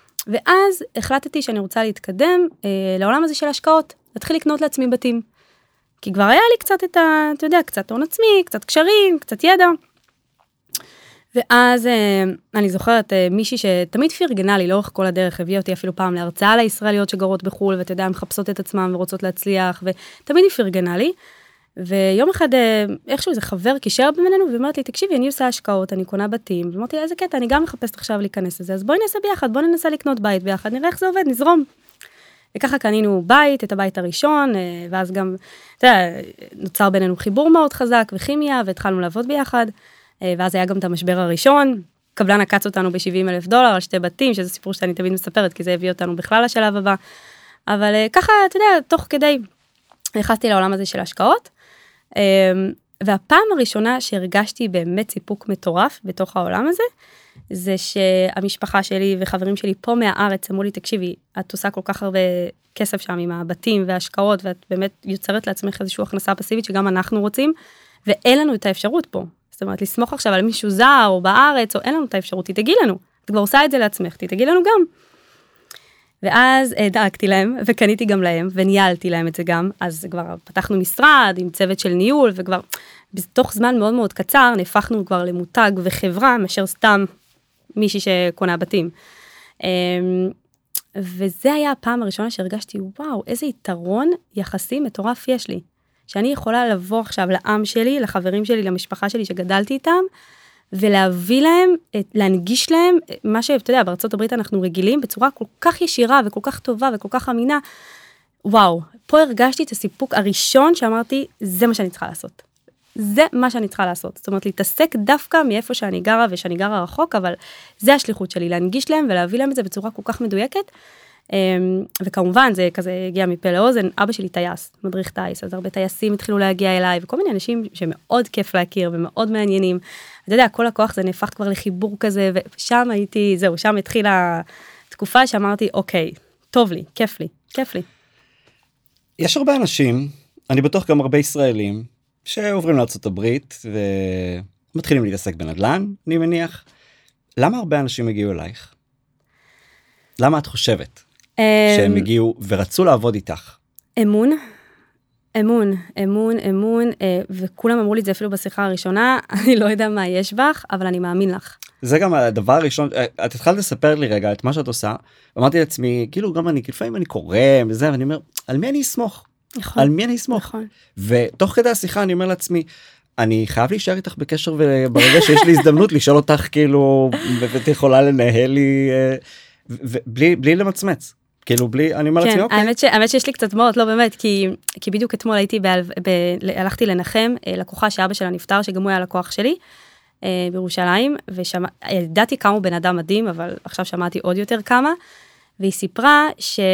[SPEAKER 1] ואז החלטתי שאני רוצה להתקדם אה, לעולם הזה של השקעות, להתחיל לקנות לעצמי בתים. כי כבר היה לי קצת את ה, אתה יודע, קצת הון עצמי, קצת קשרים, קצת ידע. ואז אני זוכרת מישהי שתמיד פרגנה לי לאורך כל הדרך, הביאה אותי אפילו פעם להרצאה לישראליות שגרות בחול, ואתה יודע, הן מחפשות את עצמם ורוצות להצליח, ותמיד היא פרגנה לי. ויום אחד איכשהו איזה חבר קישר בינינו, ואומרת לי, תקשיבי, אני עושה השקעות, אני קונה בתים, ואמרתי לה, איזה קטע, אני גם מחפשת עכשיו להיכנס לזה, אז בואי נעשה ביחד, בואי ננסה לקנות בית ביחד, נראה איך זה עובד, נזרום. וככה קנינו בית, את הבית הראשון, ואז גם, אתה יודע, נוצר בינינו חיבור מאוד חזק וכימיה, והתחלנו לעבוד ביחד, ואז היה גם את המשבר הראשון, קבלן עקץ אותנו ב-שבעים אלף דולר על שתי בתים, שזה סיפור שאני תמיד מספרת, כי זה הביא אותנו בכלל לשלב הבא. אבל ככה, אתה יודע, תוך כדי, נכנסתי לעולם הזה של השקעות, והפעם הראשונה שהרגשתי באמת סיפוק מטורף בתוך העולם הזה, זה שהמשפחה שלי וחברים שלי פה מהארץ אמרו לי, תקשיבי, את עושה כל כך הרבה כסף שם עם הבתים וההשקעות, ואת באמת יוצרת לעצמך איזושהי הכנסה פסיבית שגם אנחנו רוצים, ואין לנו את האפשרות פה. זאת אומרת, לסמוך עכשיו על מישהו זר או בארץ, או אין לנו את האפשרות, תתגי לנו. את כבר עושה את זה לעצמך, תתגי לנו גם. ואז דאגתי להם, וקניתי גם להם, וניהלתי להם את זה גם, אז כבר פתחנו משרד עם צוות של ניהול, וכבר בתוך זמן מאוד מאוד קצר, נהפכנו כבר למותג וחברה, מאשר סתם מישהי שקונה בתים. וזה היה הפעם הראשונה שהרגשתי, וואו, איזה יתרון יחסי מטורף יש לי, שאני יכולה לבוא עכשיו לעם שלי, לחברים שלי, למשפחה שלי שגדלתי איתם, ולהביא להם, להנגיש להם, מה שאתה יודע, בארצות הברית אנחנו רגילים, בצורה כל כך ישירה וכל כך טובה וכל כך אמינה, וואו, פה הרגשתי את הסיפוק הראשון שאמרתי, זה מה שאני צריכה לעשות. זה מה שאני צריכה לעשות. זאת אומרת, להתעסק דווקא מאיפה שאני גרה, ושאני גרה רחוק, אבל זה השליחות שלי, להנגיש להם ולהביא להם את זה בצורה כל כך מדויקת. וכמובן, זה כזה הגיע מפה לאוזן, אבא שלי טייס, מדריך טייס, אז הרבה טייסים התחילו להגיע אליי, וכל מיני אנשים שמאוד כיף להכיר ומאוד מעניינים. אתה יודע, כל הכוח זה נהפך כבר לחיבור כזה, ושם הייתי, זהו, שם התחילה תקופה שאמרתי, אוקיי, טוב לי, כיף לי, כיף לי.
[SPEAKER 3] יש הרבה אנשים, אני בטוח גם הרבה ישראלים, שעוברים לארצות הברית, ומתחילים להתעסק בנדל"ן, אני מניח. למה הרבה אנשים הגיעו אלייך? למה את חושבת שהם הגיעו ורצו לעבוד איתך?
[SPEAKER 1] אמון, אמון, אמון, אמון, וכולם אמרו לי את זה אפילו בשיחה הראשונה, אני לא יודע מה יש בך, אבל אני מאמין לך.
[SPEAKER 3] זה גם הדבר הראשון, את התחלת לספר לי רגע את מה שאת עושה, אמרתי לעצמי, כאילו גם אני, לפעמים אני קורא וזה, ואני אומר, על מי אני אסמוך?
[SPEAKER 1] נכון.
[SPEAKER 3] על מי אני אסמוך?
[SPEAKER 1] נכון.
[SPEAKER 3] ותוך כדי השיחה אני אומר לעצמי, אני חייב להישאר איתך בקשר, וברגע שיש לי הזדמנות לשאול אותך, כאילו, ואת יכולה לנהל לי, ובלי, בלי למצמץ. כאילו בלי, אני אומר לעצמי, אוקיי.
[SPEAKER 1] האמת, ש, האמת שיש לי קצת דמעות, לא באמת, כי, כי בדיוק אתמול הייתי, ב, ב, הלכתי לנחם לקוחה שאבא שלה נפטר, שגם הוא היה לקוח שלי, בירושלים, וידעתי כמה הוא בן אדם מדהים, אבל עכשיו שמעתי עוד יותר כמה, והיא סיפרה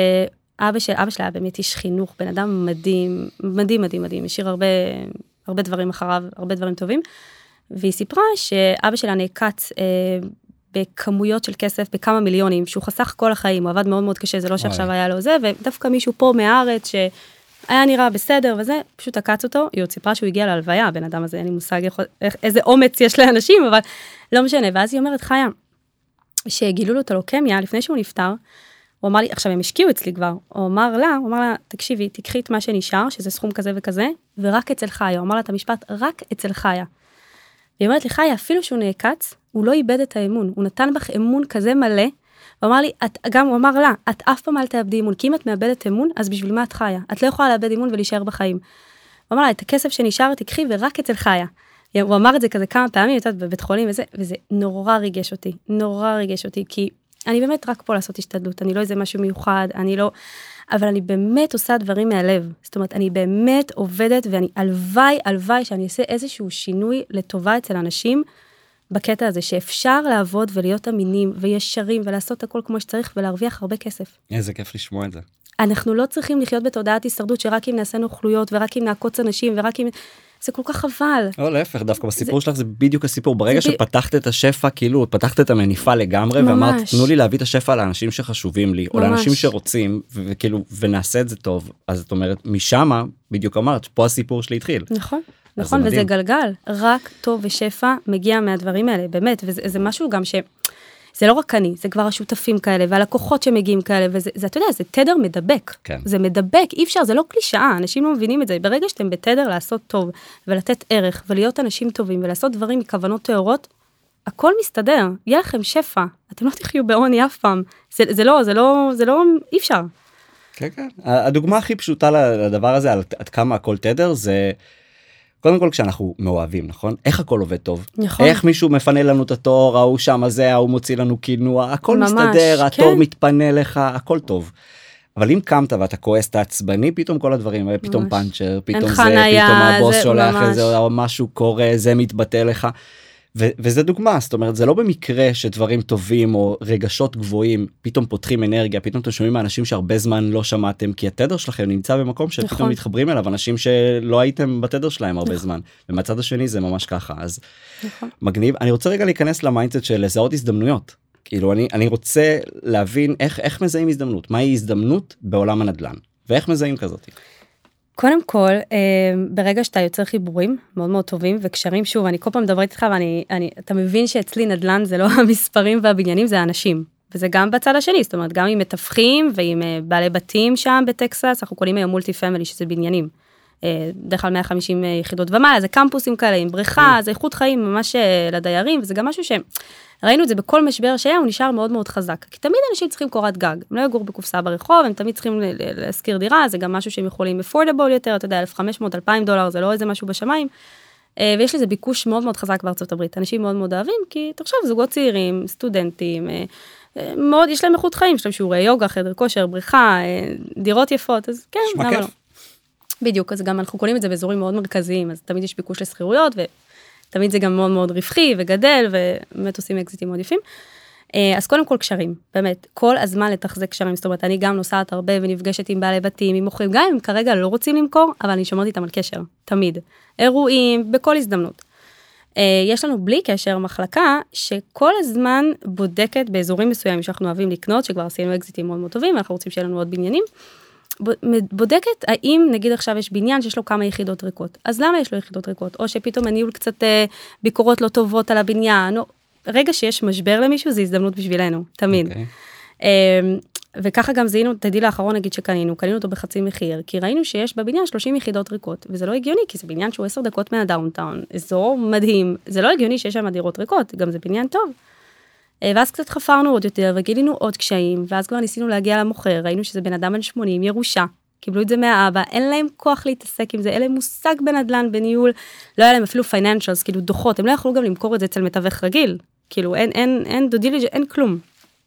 [SPEAKER 1] שאבא של, אבא שלה היה באמת איש חינוך, בן אדם מדהים, מדהים, מדהים, מדהים, השאיר הרבה, הרבה דברים אחריו, הרבה דברים טובים, והיא סיפרה שאבא שלה נעקץ, בכמויות של כסף, בכמה מיליונים, שהוא חסך כל החיים, הוא עבד מאוד מאוד קשה, זה לא שעכשיו היה לו זה, ודווקא מישהו פה מהארץ, שהיה נראה בסדר, וזה, פשוט עקץ אותו, היא עוד סיפרה שהוא הגיע להלוויה, הבן אדם הזה, אין לי מושג איזה אומץ יש לאנשים, אבל לא משנה, ואז היא אומרת, חיה, שגילו לו את הלוקמיה, לפני שהוא נפטר, הוא אמר לי, עכשיו הם השקיעו אצלי כבר, הוא אמר לה, הוא אמר לה, תקשיבי, תקחי את מה שנשאר, שזה סכום כזה וכזה, ורק אצל חיה, הוא אמר לה את המשפט, רק אצל חיה. והיא אומרת לי, חיה, אפילו שהוא נעקץ, הוא לא איבד את האמון, הוא נתן בך אמון כזה מלא, הוא אמר לי, את, גם הוא אמר לה, את אף פעם אל תאבדי אמון, כי אם את מאבדת אמון, אז בשביל מה את חיה? את לא יכולה לאבד אמון ולהישאר בחיים. הוא אמר לה, את הכסף שנשאר, תקחי ורק אצל חיה. הוא אמר את זה כזה כמה פעמים, יצאת בבית חולים וזה, וזה נורא ריגש אותי, נורא ריגש אותי, כי אני באמת רק פה לעשות השתדלות, אני לא איזה משהו מיוחד, אני לא, אבל אני באמת עושה דברים מהלב, זאת אומרת, אני באמת עובדת, ואני אלוואי, אלוואי, שאני אעשה איזשהו שינוי לטובה אצל אנשים, בקטע הזה, שאפשר לעבוד ולהיות אמינים, וישרים, ולעשות הכל כמו שצריך, ולהרוויח הרבה כסף.
[SPEAKER 3] איזה כיף לשמוע את זה.
[SPEAKER 1] אנחנו לא צריכים לחיות בתודעת הישרדות, שרק אם נעשה נוכלויות, ורק אם נעקוץ אנשים, ורק אם... זה כל כך חבל.
[SPEAKER 3] לא, להפך, דווקא בסיפור שלך זה בדיוק הסיפור. ברגע שפתחת את השפע, כאילו, פתחת את המניפה לגמרי, ואמרת, תנו לי להביא את השפע לאנשים שחשובים לי, או לאנשים שרוצים, וכאילו, ונעשה את זה טוב. אז את אומרת, משם, בדיוק אמרת, פה הסיפור שלי התחיל.
[SPEAKER 1] נכון, נכון, וזה גלגל. רק טוב ושפע מגיע מהדברים האלה, באמת, וזה משהו גם ש... זה לא רק אני, זה כבר השותפים כאלה, והלקוחות שמגיעים כאלה, וזה, זה, אתה יודע, זה תדר מדבק.
[SPEAKER 3] כן.
[SPEAKER 1] זה מדבק, אי אפשר, זה לא קלישאה, אנשים לא מבינים את זה. ברגע שאתם בתדר לעשות טוב, ולתת ערך, ולהיות אנשים טובים, ולעשות דברים מכוונות טהורות, הכל מסתדר, יהיה לכם שפע, אתם לא תחיו בעוני אף פעם, זה, זה לא, זה לא, זה לא, אי אפשר.
[SPEAKER 3] כן, כן. הדוגמה הכי פשוטה לדבר הזה, על עד כמה הכל תדר, זה קודם כל כשאנחנו מאוהבים, נכון? איך הכל עובד טוב?
[SPEAKER 1] נכון.
[SPEAKER 3] איך מישהו מפנה לנו את התור, ההוא שם הזה, ההוא מוציא לנו כינוע, הכל
[SPEAKER 1] ממש,
[SPEAKER 3] מסתדר,
[SPEAKER 1] כן.
[SPEAKER 3] התור מתפנה לך, הכל טוב. אבל אם קמת ואתה כועס, אתה עצבני, פתאום כל הדברים, פתאום פאנצ'ר, פתאום זה,
[SPEAKER 1] חניה,
[SPEAKER 3] פתאום הבוס
[SPEAKER 1] זה
[SPEAKER 3] שולח
[SPEAKER 1] ממש.
[SPEAKER 3] איזה, או משהו קורה, זה מתבטא לך. ו- וזה דוגמה, זאת אומרת, זה לא במקרה שדברים טובים או רגשות גבוהים, פתאום פותחים אנרגיה, פתאום אתם שומעים מאנשים שהרבה זמן לא שמעתם, כי התדר שלכם נמצא במקום שפתאום
[SPEAKER 1] נכון.
[SPEAKER 3] מתחברים אליו, אנשים שלא הייתם בתדר שלהם הרבה
[SPEAKER 1] נכון.
[SPEAKER 3] זמן. ומהצד השני זה ממש ככה, אז
[SPEAKER 1] נכון.
[SPEAKER 3] מגניב. אני רוצה רגע להיכנס למיינדסט של לזהות הזדמנויות. כאילו, אני, אני רוצה להבין איך, איך מזהים הזדמנות, מהי הזדמנות בעולם הנדל"ן, ואיך מזהים כזאת.
[SPEAKER 1] קודם כל, ברגע שאתה יוצר חיבורים מאוד מאוד טובים וקשרים, שוב, אני כל פעם מדברת איתך ואני, אני, אתה מבין שאצלי נדל"ן זה לא המספרים והבניינים, זה האנשים. וזה גם בצד השני, זאת אומרת, גם עם מתווכים ועם בעלי בתים שם בטקסס, אנחנו קוראים היום מולטי פמילי, שזה בניינים. דרך כלל מאה וחמישים יחידות ומעלה, זה קמפוסים כאלה עם בריכה, זה איכות חיים ממש לדיירים, וזה גם משהו שראינו את זה בכל משבר שהיה, הוא נשאר מאוד מאוד חזק. כי תמיד אנשים צריכים קורת גג, הם לא יגורו בקופסה ברחוב, הם תמיד צריכים להשכיר דירה, זה גם משהו שהם יכולים affordable יותר, אתה יודע, אלף וחמש מאות, אלפיים דולר, זה לא איזה משהו בשמיים, ויש לזה ביקוש מאוד מאוד חזק בארצות הברית, אנשים מאוד מאוד אוהבים, כי תחשוב, זוגות צעירים, סטודנטים, מאוד, יש להם איכות חיים, יש להם שיעורי יוגה, חדר כושר, בריכה, דירות יפות, אז כן, למה לא? בדיוק, אז גם אנחנו קונים את זה באזורים מאוד מרכזיים, אז תמיד יש ביקוש לסחירויות, ותמיד זה גם מאוד מאוד רווחי וגדל, ובאמת עושים אקזיטים מאוד יפים. אז קודם כל קשרים, באמת, כל הזמן לתחזק קשרים, זאת אומרת, אני גם נוסעת הרבה ונפגשת עם בעלי בתים, עם מוכרים, גם אם כרגע לא רוצים למכור, אבל אני שומרת איתם על קשר, תמיד. אירועים, בכל הזדמנות. יש לנו בלי קשר מחלקה, שכל הזמן בודקת באזורים מסוימים שאנחנו אוהבים לקנות, שכבר עשינו אקזיטים מאוד מאוד טובים, אנחנו רוצים שיהיה לנו עוד בניינים, בודקת האם נגיד עכשיו יש בניין שיש לו כמה יחידות ריקות, אז למה יש לו יחידות ריקות? או שפתאום הניהול קצת אה, ביקורות לא טובות על הבניין, או רגע שיש משבר למישהו, זה הזדמנות בשבילנו, תמיד. Okay. אה, וככה גם זיהינו, תדעי לאחרון נגיד שקנינו, קנינו אותו בחצי מחיר, כי ראינו שיש בבניין שלושים יחידות ריקות, וזה לא הגיוני, כי זה בניין שהוא עשר דקות מהדאונטאון, אזור מדהים, זה לא הגיוני שיש שם דירות ריקות, גם זה בניין טוב. ואז קצת חפרנו עוד יותר, וגילינו עוד קשיים, ואז כבר ניסינו להגיע למוכר, ראינו שזה בן אדם בן שמונים, ירושה, קיבלו את זה מהאבא, אין להם כוח להתעסק עם זה, אין להם מושג בנדלן, בניהול, לא היה להם אפילו פייננשלס, כאילו דוחות, הם לא יכלו גם למכור את זה אצל מתווך רגיל, כאילו אין, אין, אין דו דיליג'נס, אין כלום.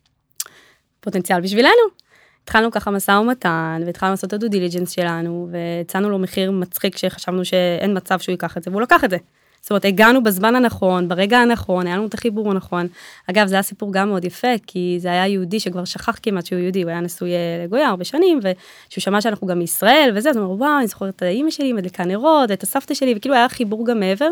[SPEAKER 1] פוטנציאל בשבילנו. התחלנו ככה משא ומתן, והתחלנו לעשות את הדו דיליג'נס שלנו, והצענו לו מחיר מצחיק שחשבנו שאין מצב שהוא ייקח את זה, והוא לקח את זה. זאת אומרת, הגענו בזמן הנכון, ברגע הנכון, היה לנו את החיבור הנכון. אגב, זה היה סיפור גם מאוד יפה, כי זה היה יהודי שכבר שכח כמעט שהוא יהודי, הוא היה נשוי לגויה הרבה שנים, ושהוא שמע שאנחנו גם מישראל, וזה, אז הוא אומר, וואו, אני זוכרת את האמא שלי, מדליקה נרות, את הסבתא שלי, וכאילו היה חיבור גם מעבר.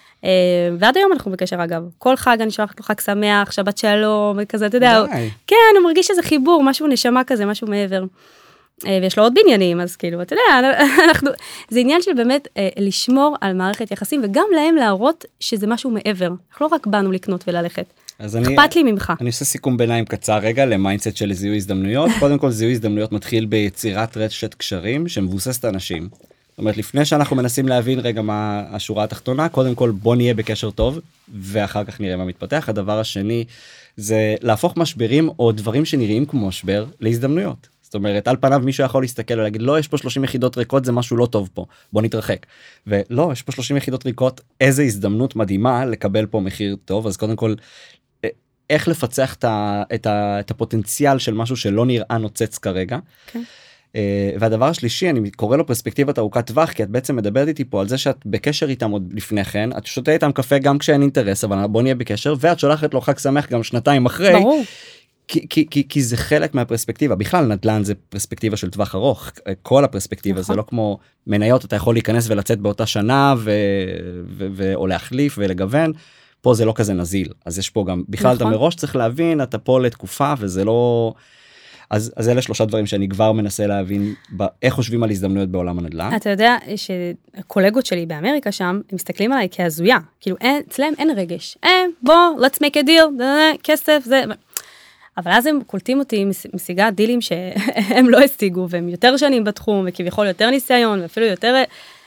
[SPEAKER 1] ועד היום אנחנו בקשר, אגב. כל חג אני שולחת לו חג שמח, שבת שלום, וכזה, אתה יודע. כן, הוא מרגיש שזה חיבור, משהו נשמה כזה, משהו מעבר. ויש לו עוד בניינים, אז כאילו, אתה יודע, אנחנו, זה עניין של באמת לשמור על מערכת יחסים, וגם להם להראות שזה משהו מעבר. אנחנו לא רק באנו לקנות וללכת. אכפת לי ממך.
[SPEAKER 3] אני עושה סיכום ביניים קצר רגע למיינדסט של זיהוי הזדמנויות. קודם כל, זיהוי הזדמנויות מתחיל ביצירת רשת קשרים שמבוססת אנשים. זאת אומרת, לפני שאנחנו מנסים להבין רגע מה השורה התחתונה, קודם כל בוא נהיה בקשר טוב, ואחר כך נראה מה מתפתח. הדבר השני זה להפוך משברים או דברים שנראים כמו משבר להזדמנויות. זאת אומרת, על פניו מישהו יכול להסתכל ולהגיד, לא, יש פה שלושים יחידות ריקות, זה משהו לא טוב פה, בוא נתרחק. ולא, יש פה שלושים יחידות ריקות, איזה הזדמנות מדהימה לקבל פה מחיר טוב, אז קודם כל, איך לפצח את, ה, את, ה, את הפוטנציאל של משהו שלא נראה נוצץ כרגע. Okay. והדבר השלישי, אני קורא לו פרספקטיבת ארוכת טווח, כי את בעצם מדברת איתי פה על זה שאת בקשר איתם עוד לפני כן, את שותה איתם קפה גם כשאין אינטרס, אבל בוא נהיה בקשר, ואת שולחת לו חג שמח גם שנתיים אחרי.
[SPEAKER 1] ברור.
[SPEAKER 3] כי, כי, כי, כי זה חלק מהפרספקטיבה, בכלל נדל"ן זה פרספקטיבה של טווח ארוך, כל הפרספקטיבה נכון. זה לא כמו מניות, אתה יכול להיכנס ולצאת באותה שנה, ו, ו, ו, או להחליף ולגוון, פה זה לא כזה נזיל, אז יש פה גם, בכלל נכון. אתה מראש צריך להבין, אתה פה לתקופה, וזה לא, אז, אז אלה שלושה דברים שאני כבר מנסה להבין, איך חושבים על הזדמנויות בעולם הנדל"ן.
[SPEAKER 1] אתה יודע שקולגות שלי באמריקה שם, הם מסתכלים עליי כהזויה, כאילו אין, אצלם אין רגש, אה, בוא, let's make a deal, כסף, זה... אבל אז הם קולטים אותי משיגה דילים שהם לא השיגו, והם יותר שנים בתחום, וכביכול יותר ניסיון, ואפילו יותר,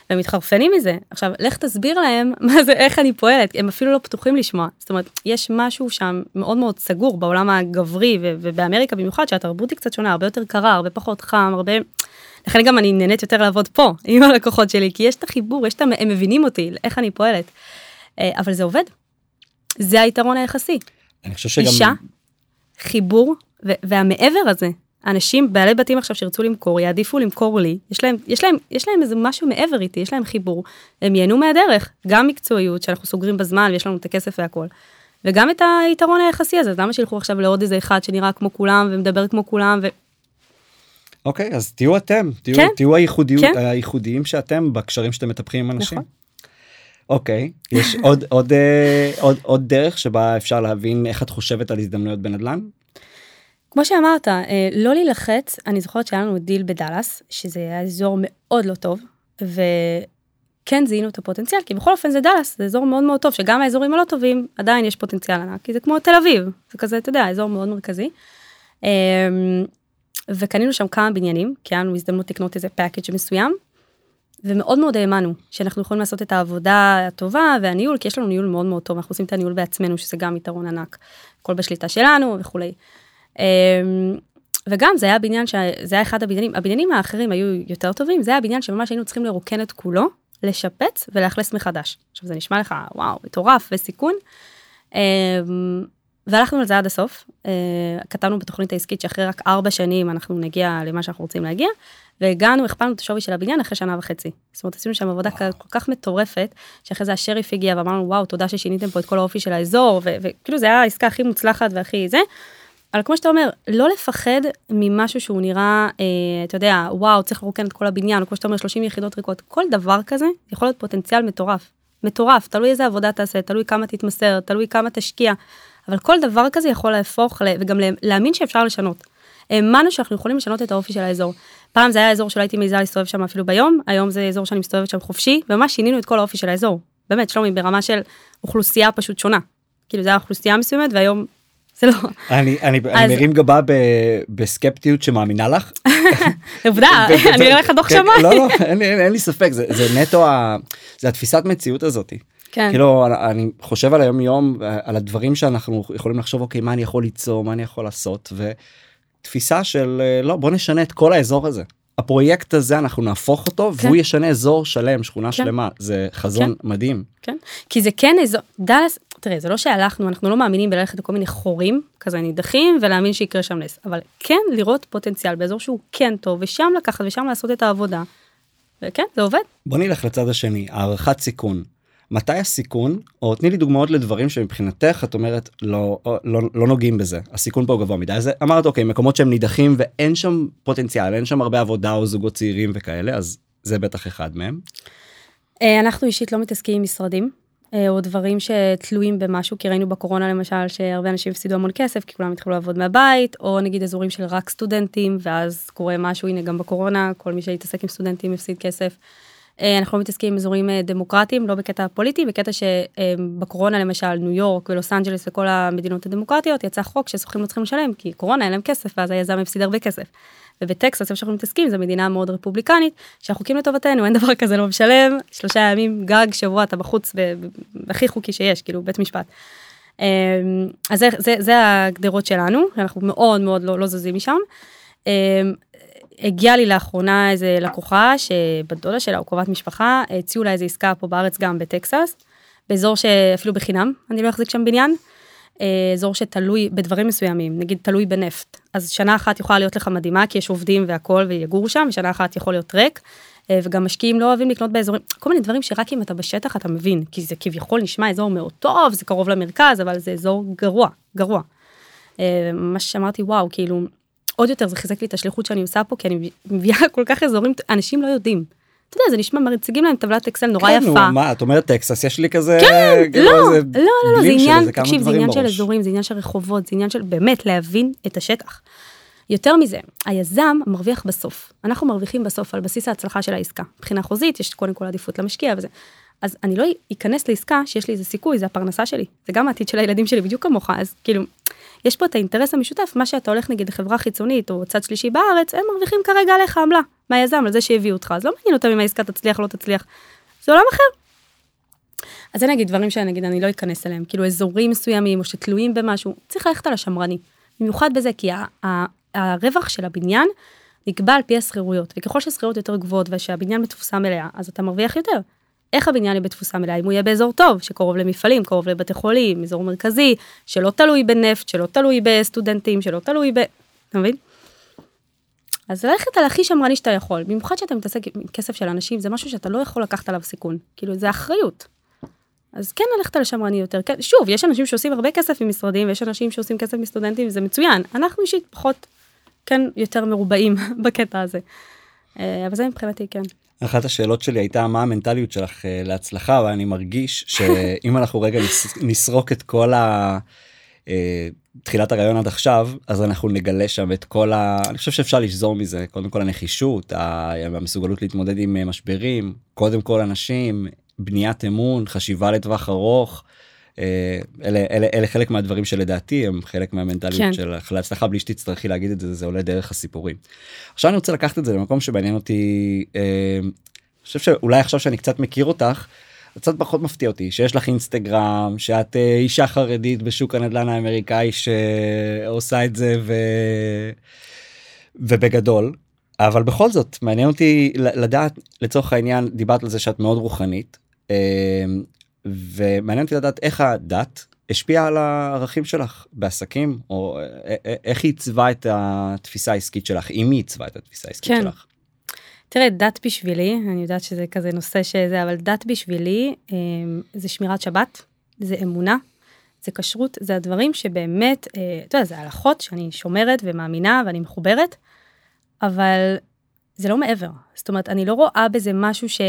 [SPEAKER 1] והם מתחרפנים מזה. עכשיו, לך תסביר להם מה זה, איך אני פועלת, הם אפילו לא פתוחים לשמוע. זאת אומרת, יש משהו שם מאוד מאוד סגור בעולם הגברי, ובאמריקה במיוחד, שהתרבות היא קצת שונה, הרבה יותר קרה, הרבה פחות חם, הרבה... לכן גם אני נהנית יותר לעבוד פה, עם הלקוחות שלי, כי יש את החיבור, יש את... הם מבינים אותי, איך אני פועלת. אבל זה עובד. זה היתרון היחסי.
[SPEAKER 3] אני חושב שגם...
[SPEAKER 1] אישה, חיבור, והמעבר הזה, אנשים, בעלי בתים עכשיו שירצו למכור, יעדיפו למכור לי, יש להם, יש להם, יש להם איזה משהו מעבר איתי, יש להם חיבור, הם ייהנו מהדרך, גם מקצועיות, שאנחנו סוגרים בזמן, ויש לנו את הכסף והכל, וגם את היתרון היחסי הזה, אז למה שילכו עכשיו לעוד איזה אחד שנראה כמו כולם, ומדבר כמו כולם, ו...
[SPEAKER 3] אוקיי, אז תהיו אתם, תהיו, כן? תהיו הייחודיות, כן? הייחודיים שאתם, בקשרים שאתם מטפחים עם אנשים. נכון. אוקיי, יש עוד, עוד, עוד, עוד דרך שבה אפשר להבין איך את חושבת על הזדמנויות בנדל"ן?
[SPEAKER 1] כמו שאמרת, לא להילחץ, אני זוכרת שהיה לנו דיל בדלס, שזה היה אזור מאוד לא טוב, וכן זיהינו את הפוטנציאל, כי בכל אופן זה דלס, זה אזור מאוד מאוד טוב, שגם האזורים הלא טובים, עדיין יש פוטנציאל ענק, כי זה כמו תל אביב, זה כזה, אתה יודע, אזור מאוד מרכזי. וקנינו שם כמה בניינים, כי היה לנו הזדמנות לקנות איזה פאקג' מסוים, ומאוד מאוד האמנו, שאנחנו יכולים לעשות את העבודה הטובה והניהול, כי יש לנו ניהול מאוד מאוד טוב, אנחנו עושים את הניהול בעצמנו, שזה גם יתרון ענק, הכל בשליטה שלנו וכולי. וגם זה היה בניין, זה היה אחד הבניינים, הבניינים האחרים היו יותר טובים, זה היה בניין שממש היינו צריכים לרוקן את כולו, לשפץ ולאכלס מחדש. עכשיו זה נשמע לך, וואו, מטורף וסיכון. והלכנו על זה עד הסוף, כתבנו בתוכנית העסקית שאחרי רק ארבע שנים אנחנו נגיע למה שאנחנו רוצים להגיע, והגענו, הכפלנו את השווי של הבניין אחרי שנה וחצי. זאת אומרת, עשינו שם עבודה כל כך מטורפת, שאחרי זה השריף הגיע ואמרנו, וואו, תודה ששיניתם פה את כל האופי של האזור, וכאילו זה היה העסקה הכי מוצלחת והכי זה, אבל כמו שאתה אומר, לא לפחד ממשהו שהוא נראה, אתה יודע, וואו, צריך לרוקן את כל הבניין, או כמו שאתה אומר, שלושים יחידות ריקות, כל דבר כזה יכול להיות פוטנציאל מטורף, מטורף, תלוי איזה עבודה תעשה, תלוי כמה תתמסר, תלוי כמה תשקיע, אבל כל דבר כזה יכול להפוך, וגם להאמין שאפשר לשנות. האמנו שאנחנו יכולים לשנות את האופי של האזור. פעם זה היה האזור שלא הייתי מעיזה להסתובב שם אפילו ביום, היום זה אזור שאני מסתובבת שם חופשי, וממש שינינו את כל האופי של האזור. באמת, שלומי, ברמה של אוכלוסייה פשוט שונה. כאילו זה היה אוכלוסייה מסוימת, והיום זה לא.
[SPEAKER 3] אני, אני, אני מרים גבה בסקפטיות שמאמינה לך.
[SPEAKER 1] עובדה, אני אראה לך דוח שמיים.
[SPEAKER 3] לא, לא, אין לי ספק, זה נטו, זה התפיסת מציאות הזאת. כן. כאילו, אני חושב על היום יום, על הדברים שאנחנו יכולים לחשוב, אוקיי, מה אני יכול ליצור, מה אני יכול לעשות, ותפיסה של, לא, בוא נשנה את כל האזור הזה. הפרויקט הזה, אנחנו נהפוך אותו, כן. והוא ישנה אזור שלם, שכונה כן. שלמה. זה חזון כן. מדהים.
[SPEAKER 1] כן, כי זה כן אזור, דלס, תראה, זה לא שהלכנו, אנחנו לא מאמינים בללכת לכל מיני חורים, כזה נידחים, ולהאמין שיקרה שם נס, אבל כן לראות פוטנציאל באזור שהוא כן טוב, ושם לקחת ושם לעשות את העבודה, וכן, זה עובד.
[SPEAKER 3] בוא נלך לצד השני, הערכת סיכון. מתי הסיכון, או תני לי דוגמאות לדברים שמבחינתך את אומרת לא, לא, לא נוגעים בזה, הסיכון פה הוא גבוה מדי, אז אמרת אוקיי, מקומות שהם נידחים ואין שם פוטנציאל, אין שם הרבה עבודה או זוגות צעירים וכאלה, אז זה בטח אחד מהם.
[SPEAKER 1] אנחנו אישית לא מתעסקים עם משרדים, או דברים שתלויים במשהו, כי ראינו בקורונה למשל שהרבה אנשים הפסידו המון כסף, כי כולם התחילו לעבוד מהבית, או נגיד אזורים של רק סטודנטים, ואז קורה משהו, הנה גם בקורונה, כל מי שהתעסק עם סטודנטים הפסיד כסף. אנחנו לא מתעסקים עם אזורים דמוקרטיים, לא בקטע פוליטי, בקטע שבקורונה למשל ניו יורק ולוס אנג'לס וכל המדינות הדמוקרטיות, יצא חוק שסוכנים לא צריכים לשלם, כי קורונה אין להם כסף, ואז היזם הפסיד הרבה כסף. ובטקסס, איפה שאנחנו מתעסקים, זו מדינה מאוד רפובליקנית, שהחוקים לטובתנו, אין דבר כזה לא משלם, שלושה ימים, גג, שבוע, אתה בחוץ, הכי חוקי שיש, כאילו, בית משפט. אז זה, זה, זה הגדרות שלנו, אנחנו מאוד מאוד לא, לא זזים משם. הגיעה לי לאחרונה איזה לקוחה, שבדודה שלה, או קרובת משפחה, הציעו לה איזו עסקה פה בארץ, גם בטקסס, באזור שאפילו בחינם, אני לא אחזיק שם בניין, אזור שתלוי בדברים מסוימים, נגיד תלוי בנפט, אז שנה אחת יכולה להיות לך מדהימה, כי יש עובדים והכל ויגורו שם, ושנה אחת יכול להיות ריק, וגם משקיעים לא אוהבים לקנות באזורים, כל מיני דברים שרק אם אתה בשטח אתה מבין, כי זה כביכול נשמע אזור מאוד טוב, זה קרוב למרכז, אבל זה אזור גרוע, גרוע. מה שאמרתי, וואו, כאילו, עוד יותר זה חיזק לי את השליחות שאני עושה פה, כי אני מביאה כל כך אזורים, אנשים לא יודעים. אתה יודע, זה נשמע, מציגים להם טבלת אקסל נורא יפה. כן,
[SPEAKER 3] מה, את אומרת טקסס, יש לי כזה...
[SPEAKER 1] כן, לא, לא, לא, זה עניין, תקשיב, זה עניין של אזורים, זה עניין של רחובות, זה עניין של באמת להבין את השטח. יותר מזה, היזם מרוויח בסוף. אנחנו מרוויחים בסוף על בסיס ההצלחה של העסקה. מבחינה חוזית, יש קודם כל עדיפות למשקיע וזה. אז אני לא אכנס לעסקה שיש לי איזה סיכוי, זה הפרנסה שלי. זה גם העתיד של הילדים שלי, בדיוק כמוך. אז כאילו, יש פה את האינטרס המשותף, מה שאתה הולך נגיד לחברה חיצונית, או צד שלישי בארץ, הם מרוויחים כרגע עליך עמלה, מהיזם, על זה שהביאו אותך, אז לא מעניין אותם אם העסקה תצליח, לא תצליח, זה עולם אחר. אז זה נגיד דברים שנגיד אני לא אכנס אליהם, כאילו אזורים מסוימים, או שתלויים במשהו, צריך ללכת על השמרני, במיוחד בזה, כי הרווח של הבניין נקבע על פי הסחירויות, וככל שהסחירויות יותר גבוהות, ושהבניין בתפוסה מלאה, אז אתה מרוויח יותר. איך הבניין יהיה בתפוסה מלאה? אם הוא יהיה באזור טוב, שקרוב למפעלים, קרוב לבתי חולים, אזור מרכזי, שלא תלוי בנפט, שלא תלוי בסטודנטים, שלא תלוי ב... אתה מבין? אז ללכת על הכי שמרני שאתה יכול, במיוחד שאתה מתעסק עם כסף של אנשים, זה משהו שאתה לא יכול לקחת עליו סיכון. כאילו, זה אחריות. אז כן ללכת על השמרני יותר. כן, שוב, יש אנשים שעושים הרבה כסף עם משרדים, ויש אנשים שעושים כסף מסטודנטים, וזה מצוין. אנחנו אישית פחות, כן, יותר מרובעים בקטע הזה. אבל זה מבחינתי, כן.
[SPEAKER 3] אחת השאלות שלי הייתה, מה המנטליות שלך להצלחה, ואני מרגיש שאם אנחנו רגע נסרוק את כל ה... תחילת הרעיון עד עכשיו, אז אנחנו נגלה שם את כל ה... אני חושב שאפשר לשזור מזה, קודם כל הנחישות, המסוגלות להתמודד עם משברים, קודם כל אנשים, בניית אמון, חשיבה לטווח ארוך, אלה, אלה, אלה חלק מהדברים שלדעתי הם חלק מהמנטליות כן. של להצלחה, בלי שתצטרכי להגיד את זה, זה עולה דרך הסיפורים. עכשיו אני רוצה לקחת את זה למקום שבעניין אותי, אני חושב שאולי עכשיו שאני קצת מכיר אותך, קצת פחות מפתיע אותי, שיש לך אינסטגרם, שאת אישה חרדית בשוק הנדל"ן האמריקאי שעושה את זה ו... ובגדול, אבל בכל זאת מעניין אותי לדעת, לצורך העניין דיברת על זה שאת מאוד רוחנית, ומעניין אותי לדעת איך הדת השפיעה על הערכים שלך בעסקים, או איך היא עיצבה את התפיסה העסקית שלך, אם היא עיצבה את התפיסה העסקית
[SPEAKER 1] כן.
[SPEAKER 3] שלך.
[SPEAKER 1] תראה, דת בשבילי, אני יודעת שזה כזה נושא שזה, אבל דת בשבילי זה שמירת שבת, זה אמונה, זה כשרות, זה הדברים שבאמת, אתה יודע, זה הלכות שאני שומרת ומאמינה ואני מחוברת, אבל זה לא מעבר. זאת אומרת, אני לא רואה בזה משהו ש...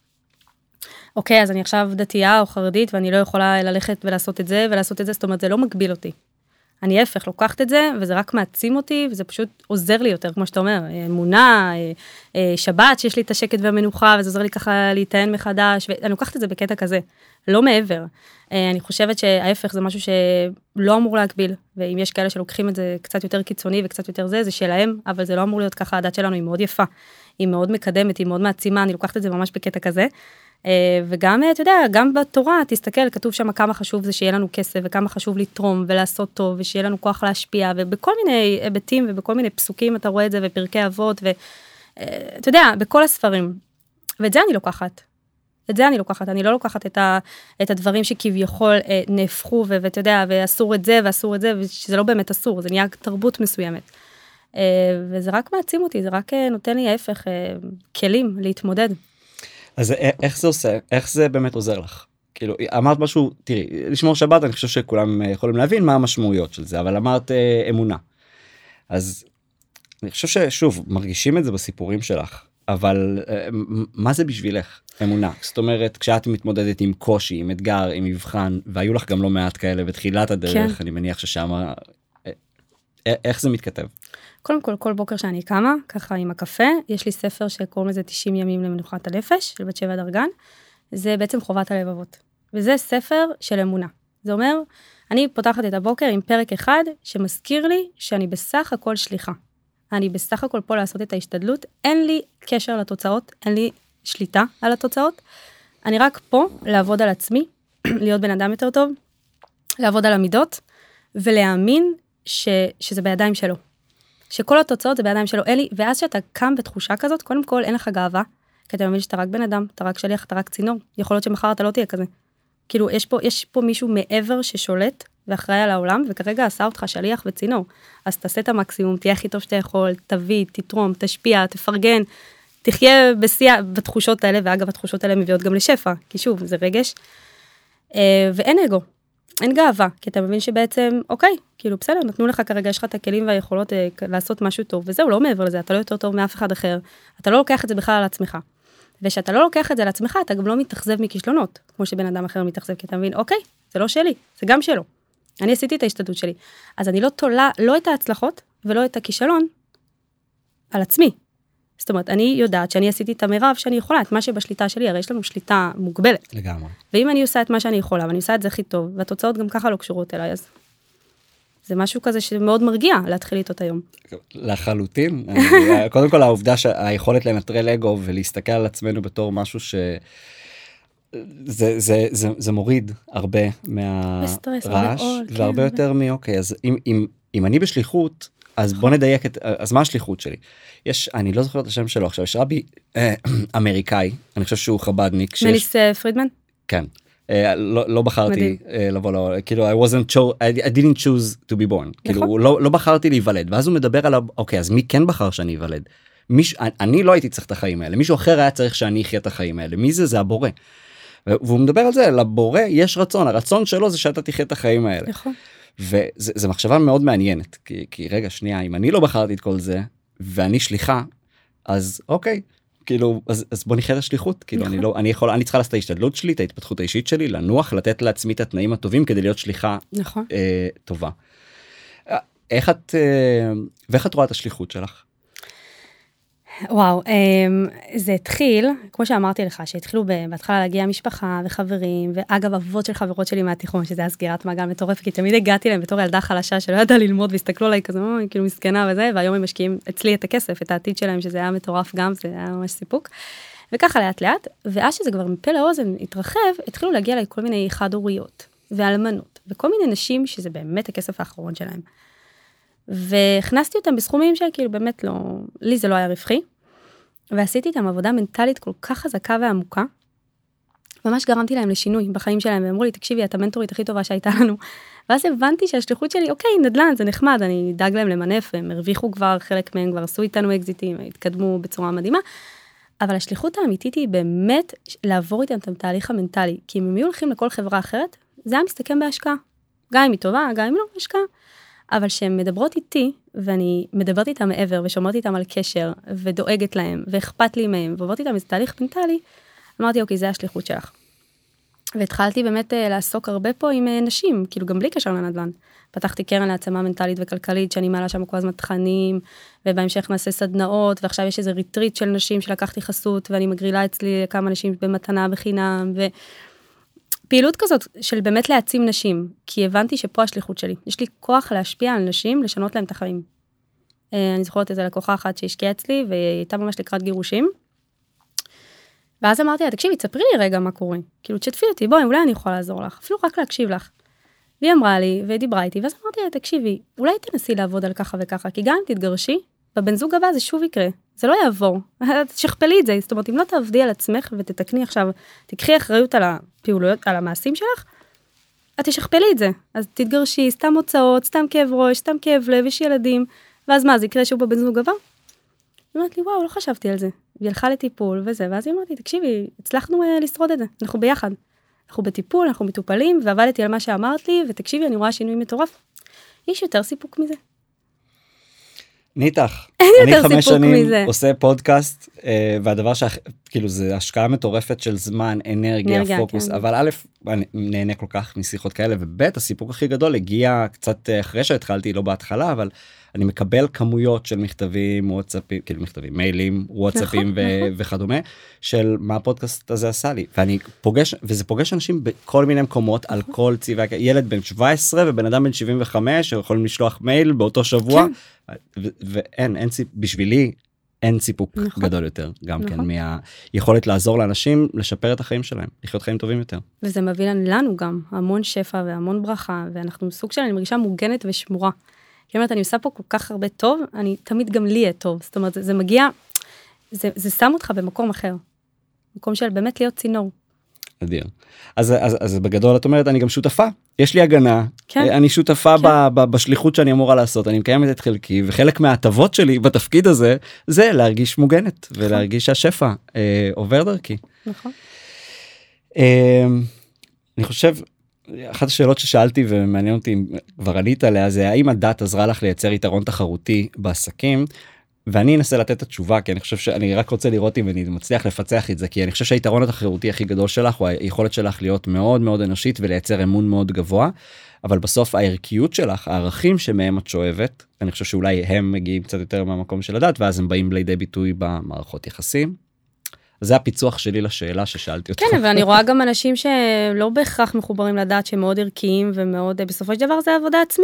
[SPEAKER 1] אוקיי, אז אני עכשיו דתייה או חרדית, ואני לא יכולה ללכת ולעשות את זה, ולעשות את זה, זאת אומרת, זה לא מגביל אותי. אני ההפך, לוקחת את זה, וזה רק מעצים אותי, וזה פשוט עוזר לי יותר, כמו שאתה אומר, אמונה, שבת, שיש לי את השקט והמנוחה, וזה עוזר לי ככה להיטען מחדש, ואני לוקחת את זה בקטע כזה, לא מעבר. אני חושבת שההפך זה משהו שלא אמור להגביל, ואם יש כאלה שלוקחים את זה קצת יותר קיצוני וקצת יותר זה, זה שלהם, אבל זה לא אמור להיות ככה, הדת שלנו היא מאוד יפה, היא מאוד מקדמת, היא מאוד מעצימה, אני לוקחת את זה ממש בקטע כזה. וגם, אתה יודע, גם בתורה, תסתכל, כתוב שם כמה חשוב זה שיהיה לנו כסף, וכמה חשוב לתרום ולעשות טוב, ושיהיה לנו כוח להשפיע, ובכל מיני היבטים, ובכל מיני פסוקים אתה רואה את זה, ופרקי אבות, ואתה יודע, בכל הספרים. ואת זה אני לוקחת. את זה אני לוקחת. אני לא לוקחת את, ה, את הדברים שכביכול נהפכו, ואתה יודע, ואסור את זה, ואסור את זה, ושזה לא באמת אסור, זה נהיה תרבות מסוימת. וזה רק מעצים אותי, זה רק נותן לי ההפך, כלים להתמודד.
[SPEAKER 3] אז איך זה עושה, איך זה באמת עוזר לך? כאילו, אמרת משהו, תראי, לשמור שבת, אני חושב שכולם יכולים להבין מה המשמעויות של זה, אבל אמרת אה, אמונה. אז אני חושב ששוב, מרגישים את זה בסיפורים שלך, אבל אה, מה זה בשבילך, אמונה? זאת אומרת, כשאת מתמודדת עם קושי, עם אתגר, עם מבחן, והיו לך גם לא מעט כאלה בתחילת הדרך, כן. אני מניח ששם, אה, איך זה מתכתב?
[SPEAKER 1] קודם כל, כל בוקר שאני קמה, ככה עם הקפה, יש לי ספר שקוראים לזה תשעים ימים למנוחת הנפש, של בת שבע דרגן, זה בעצם חובת הלבבות. וזה ספר של אמונה. זה אומר, אני פותחת את הבוקר עם פרק אחד, שמזכיר לי שאני בסך הכל שליחה. אני בסך הכל פה לעשות את ההשתדלות, אין לי קשר לתוצאות, אין לי שליטה על התוצאות, אני רק פה לעבוד על עצמי, להיות בן אדם יותר טוב, לעבוד על המידות, ולהאמין ש, שזה בידיים שלו. שכל התוצאות זה בידיים שלו, אלי, ואז שאתה קם בתחושה כזאת, קודם כל אין לך גאווה, כי אתה מבין שאתה רק בן אדם, אתה רק שליח, אתה רק צינור, יכול להיות שמחר אתה לא תהיה כזה. כאילו, יש פה, יש פה מישהו מעבר ששולט, ואחראי על העולם, וכרגע עשה אותך שליח וצינור. אז תעשה את המקסימום, תהיה הכי טוב שאתה יכול, תביא, תתרום, תשפיע, תפרגן, תחיה בשיח, בתחושות האלה, ואגב, התחושות האלה מביאות גם לשפע, כי שוב, זה רגש. ואין אגו. אין גאווה, כי אתה מבין שבעצם, אוקיי, כאילו בסדר, נתנו לך כרגע, יש לך את הכלים והיכולות אה, לעשות משהו טוב, וזהו, לא מעבר לזה, אתה לא יותר טוב מאף אחד אחר, אתה לא לוקח את זה בכלל על עצמך, ושאתה לא לוקח את זה על עצמך, אתה גם לא מתאכזב מכישלונות, כמו שבן אדם אחר מתאכזב, כי אתה מבין, אוקיי, זה לא שלי, זה גם שלו, אני עשיתי את ההשתדלות שלי, אז אני לא תולה, לא את ההצלחות, ולא את הכישלון, על עצמי, זאת אומרת, אני יודעת שאני עשיתי את המרב שאני יכולה, את מה שבשליטה שלי, הרי יש לנו שליטה מוגבלת.
[SPEAKER 3] לגמרי.
[SPEAKER 1] ואם אני עושה את מה שאני יכולה, ואני עושה את זה הכי טוב, והתוצאות גם ככה לא קשורות אליי, אז זה משהו כזה שמאוד מרגיע להתחיל איתו את היום.
[SPEAKER 3] לחלוטין. קודם כל העובדה שהיכולת לנטרל אגו ולהסתכל על עצמנו בתור משהו ש... זה, זה, זה, זה מוריד הרבה מהרעש, והרבה יותר מאוקיי, אז אם, אם, אם אני בשליחות, אז בוא נדייק את, אז מה השליחות שלי? יש, אני לא זוכר את השם שלו עכשיו, יש רבי אה, אמריקאי, אני חושב שהוא חבדניק.
[SPEAKER 1] מליס פרידמן?
[SPEAKER 3] כן. Uh, לא, לא בחרתי uh, לבוא, לא, כאילו, I wasn't cho- I, I didn't choose to be born, כאילו, לא, לא בחרתי להיוולד, ואז הוא מדבר על, אוקיי, אז מי כן בחר שאני אוולד? מיש, אני לא הייתי צריך את החיים האלה, מישהו אחר היה צריך שאני אחיה את החיים האלה, מי זה? זה הבורא. והוא מדבר על זה, לבורא יש רצון, הרצון שלו זה שאתה תחיה את החיים האלה.
[SPEAKER 1] נכון.
[SPEAKER 3] וזה מחשבה מאוד מעניינת, כי, כי רגע, שנייה, אם אני לא בחרתי את כל זה, ואני שליחה, אז אוקיי, כאילו, אז, אז בוא נחיה את השליחות, כאילו, נכון. אני לא, אני יכול, אני צריכה לעשות את ההשתדלות שלי, את ההתפתחות האישית שלי, לנוח, לתת לעצמי את התנאים הטובים, כדי להיות שליחה
[SPEAKER 1] נכון.
[SPEAKER 3] אה, טובה. איך את, אה, ואיך את רואה את השליחות שלך?
[SPEAKER 1] וואו, זה התחיל, כמו שאמרתי לך, שהתחילו בהתחלה להגיע משפחה וחברים, ואגב, אבות של חברות שלי מהתיכון, שזה היה סגירת מעגל מטורף, כי תמיד הגעתי להם בתור ילדה חלשה, שלא ידעה ללמוד, והסתכלו עליי כזה, כאילו מסכנה וזה, והיום הם משקיעים אצלי את הכסף, את העתיד שלהם, שזה היה מטורף גם, זה היה ממש סיפוק. וככה לאט לאט, ואז שזה כבר מפה לאוזן התרחב, התחילו להגיע אליי כל מיני חד-הוריות, ואלמנות, וכל מיני נשים שזה באמת הכסף האחרון שלהם. והכנסתי אותם בסכומים שכאילו באמת לא, לי זה לא היה רווחי, ועשיתי איתם עבודה מנטלית כל כך חזקה ועמוקה, ממש גרמתי להם לשינוי בחיים שלהם, ואמרו לי, תקשיבי, את המנטורית הכי טובה שהייתה לנו, ואז הבנתי שהשליחות שלי, אוקיי, נדל"ן, זה נחמד, אני אדאג להם למנף, הם הרוויחו כבר, חלק מהם כבר עשו איתנו אקזיטים, התקדמו בצורה מדהימה, אבל השליחות האמיתית היא באמת לעבור איתם את התהליך המנטלי, כי אם הם היו הולכים לכל חברה אחרת, זה היה מסתכם בהשקעה, גם אם היא טובה, גם אם לא בהשקעה, אבל שהן מדברות איתי, ואני מדברת איתם מעבר, ושומרת איתם על קשר, ודואגת להם, ואכפת לי מהם, ועוברת איתם איזה תהליך מנטלי, אמרתי, אוקיי, זה השליחות שלך. והתחלתי באמת לעסוק הרבה פה עם נשים, כאילו גם בלי קשר לנדל"ן. פתחתי קרן להעצמה מנטלית וכלכלית, שאני מעלה שם כל הזמן תכנים, ובהמשך נעשה סדנאות, ועכשיו יש איזה ריטריט של נשים שלקחתי חסות, ואני מגרילה אצלי כמה נשים במתנה בחינם, ו... פעילות כזאת של באמת להעצים נשים, כי הבנתי שפה השליחות שלי. יש לי כוח להשפיע על נשים, לשנות להם את החיים. אני זוכרת איזה לקוחה אחת שהשקיעה אצלי, והיא הייתה ממש לקראת גירושים. ואז אמרתי לה, תקשיבי, תספרי לי רגע מה קורה. כאילו, תשתפי אותי, בואי, אולי אני יכולה לעזור לך. אפילו רק להקשיב לך. והיא אמרה לי, ודיברה איתי, ואז אמרתי לה, תקשיבי, אולי תנסי לעבוד על ככה וככה, כי גם אם תתגרשי, בבן זוג הבא זה שוב יקרה. זה לא יעבור. תשכפלי את זה. זאת אומרת, אם לא תעבדי על עצמך ותתקני עכשיו, תקחי אחריות על הפעולויות, על המעשים שלך, את תשכפלי את זה. אז תתגרשי, סתם הוצאות, סתם כאב ראש, סתם כאב לב, יש ילדים, ואז מה, זה יקרה שוב בבן זוג הבא? היא אומרת לי, וואו, לא חשבתי על זה. היא הלכה לטיפול וזה, ואז היא אמרת לי, תקשיבי, הצלחנו לשרוד את זה. אנחנו ביחד. אנחנו בטיפול, אנחנו מטופלים, ועבדתי על מה שאמרת לי, ותקשיבי, אני רואה שינוי מטורף. יש יותר סיפוק מזה.
[SPEAKER 3] ניתח, אני חמש שנים עושה פודקאסט, והדבר שכאילו זה השקעה מטורפת של זמן, אנרגיה, פוקוס, אבל א', אני נהנה כל כך משיחות כאלה, וב', הסיפוק הכי גדול הגיע קצת אחרי שהתחלתי, לא בהתחלה, אבל אני מקבל כמויות של מכתבים, וואטסאפים, כאילו מכתבים, מיילים, וואטסאפים וכדומה, של מה הפודקאסט הזה עשה לי, ואני פוגש, וזה פוגש אנשים בכל מיני מקומות, על כל צבע, ילד בן שבע עשרה ובן אדם בן שבעים וחמש, שיכולים לשלוח מייל באותו שבוע, ואין, אין סיפוק, בשבילי אין סיפוק גדול יותר, גם כן מהיכולת לעזור לאנשים לשפר את החיים שלהם, לחיות חיים טובים יותר.
[SPEAKER 1] וזה מביא לנו גם המון שפע והמון ברכה, ואנחנו סוג של, אני מרגישה מוגנת ושמורה. כי אומרת, אני עושה פה כל כך הרבה טוב, אני תמיד גם לי יהיה טוב. זאת אומרת, זה מגיע, זה, זה שם אותך במקום אחר. מקום של באמת להיות צינור.
[SPEAKER 3] אדיר. אז, אז, אז בגדול את אומרת, אני גם שותפה. יש לי הגנה.
[SPEAKER 1] כן.
[SPEAKER 3] אני שותפה
[SPEAKER 1] כן.
[SPEAKER 3] ב, ב, בשליחות שאני אמורה לעשות. אני מקיימת את חלקי, וחלק מההטבות שלי בתפקיד הזה, זה להרגיש מוגנת, נכון. ולהרגיש שהשפע אה, עובר דרכי.
[SPEAKER 1] נכון.
[SPEAKER 3] אה, אני חושב, אחת השאלות ששאלתי ומעניין אותי אם כבר עלית עליה, זה האם הדת עזרה לך לייצר יתרון תחרותי בעסקים, ואני אנסה לתת את התשובה, כי אני חושב שאני רק רוצה לראות אם אני מצליח לפצח את זה, כי אני חושב שהיתרון התחרותי הכי גדול שלך, הוא היכולת שלך להיות מאוד מאוד אנושית, ולייצר אמון מאוד גבוה, אבל בסוף הערכיות שלך, הערכים שמהם את שואבת, אני חושב שאולי הם מגיעים קצת יותר מהמקום של הדת, ואז הם באים לידי ביטוי במערכות יחסים. זה הפיצוח שלי לשאלה ששאלתי אותך.
[SPEAKER 1] כן, אבל אני רואה גם אנשים שלא בהכרח מחוברים לדעת שהם מאוד ערכיים ומאוד, בסופו של דבר זה עבודה עצמית. זאת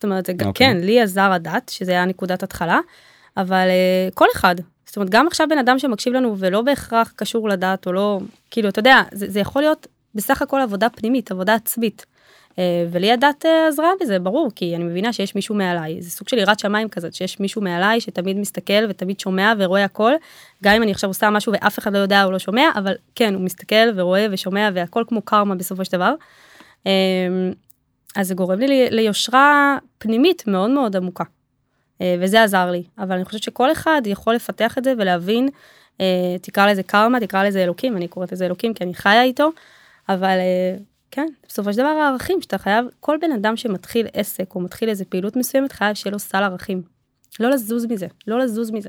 [SPEAKER 1] זאת אומרת, זה,
[SPEAKER 3] Okay.
[SPEAKER 1] כן, לי עזר הדת, שזה היה נקודת התחלה, אבל uh, כל אחד, זאת אומרת, גם עכשיו בן אדם שמקשיב לנו, ולא בהכרח קשור לדת, או לא, כאילו, אתה יודע, זה, זה יכול להיות בסך הכל עבודה פנימית, עבודה עצמית, uh, ולי הדת uh, עזרה בזה, ברור, כי אני מבינה שיש מישהו מעליי, זה סוג של יראת שמיים כזאת, שיש מישהו מעליי, שתמיד מסתכל, ותמיד שומע ורואה הכל, גם אם אני עכשיו עושה משהו, ואף אחד לא יודע או לא שומע, אבל כן, הוא מסתכל ורואה ושומע, והכל כמו קרמה בסופו של דבר. Uh, אז זה גורם לי ליושרה פנימית מאוד מאוד עמוקה. וזה עזר לי, אבל אני חושבת שכל אחד יכול לפתח את זה ולהבין, תקרא לזה קרמה, תקרא לזה אלוקים, אני קוראת לזה אלוקים כי אני חיה איתו, אבל כן, בסופו של דבר הערכים שאתה חייב, כל בן אדם שמתחיל עסק או מתחיל איזו פעילות מסוימת, חייב שיהיה לו סל ערכים. לא לזוז מזה, לא לזוז מזה.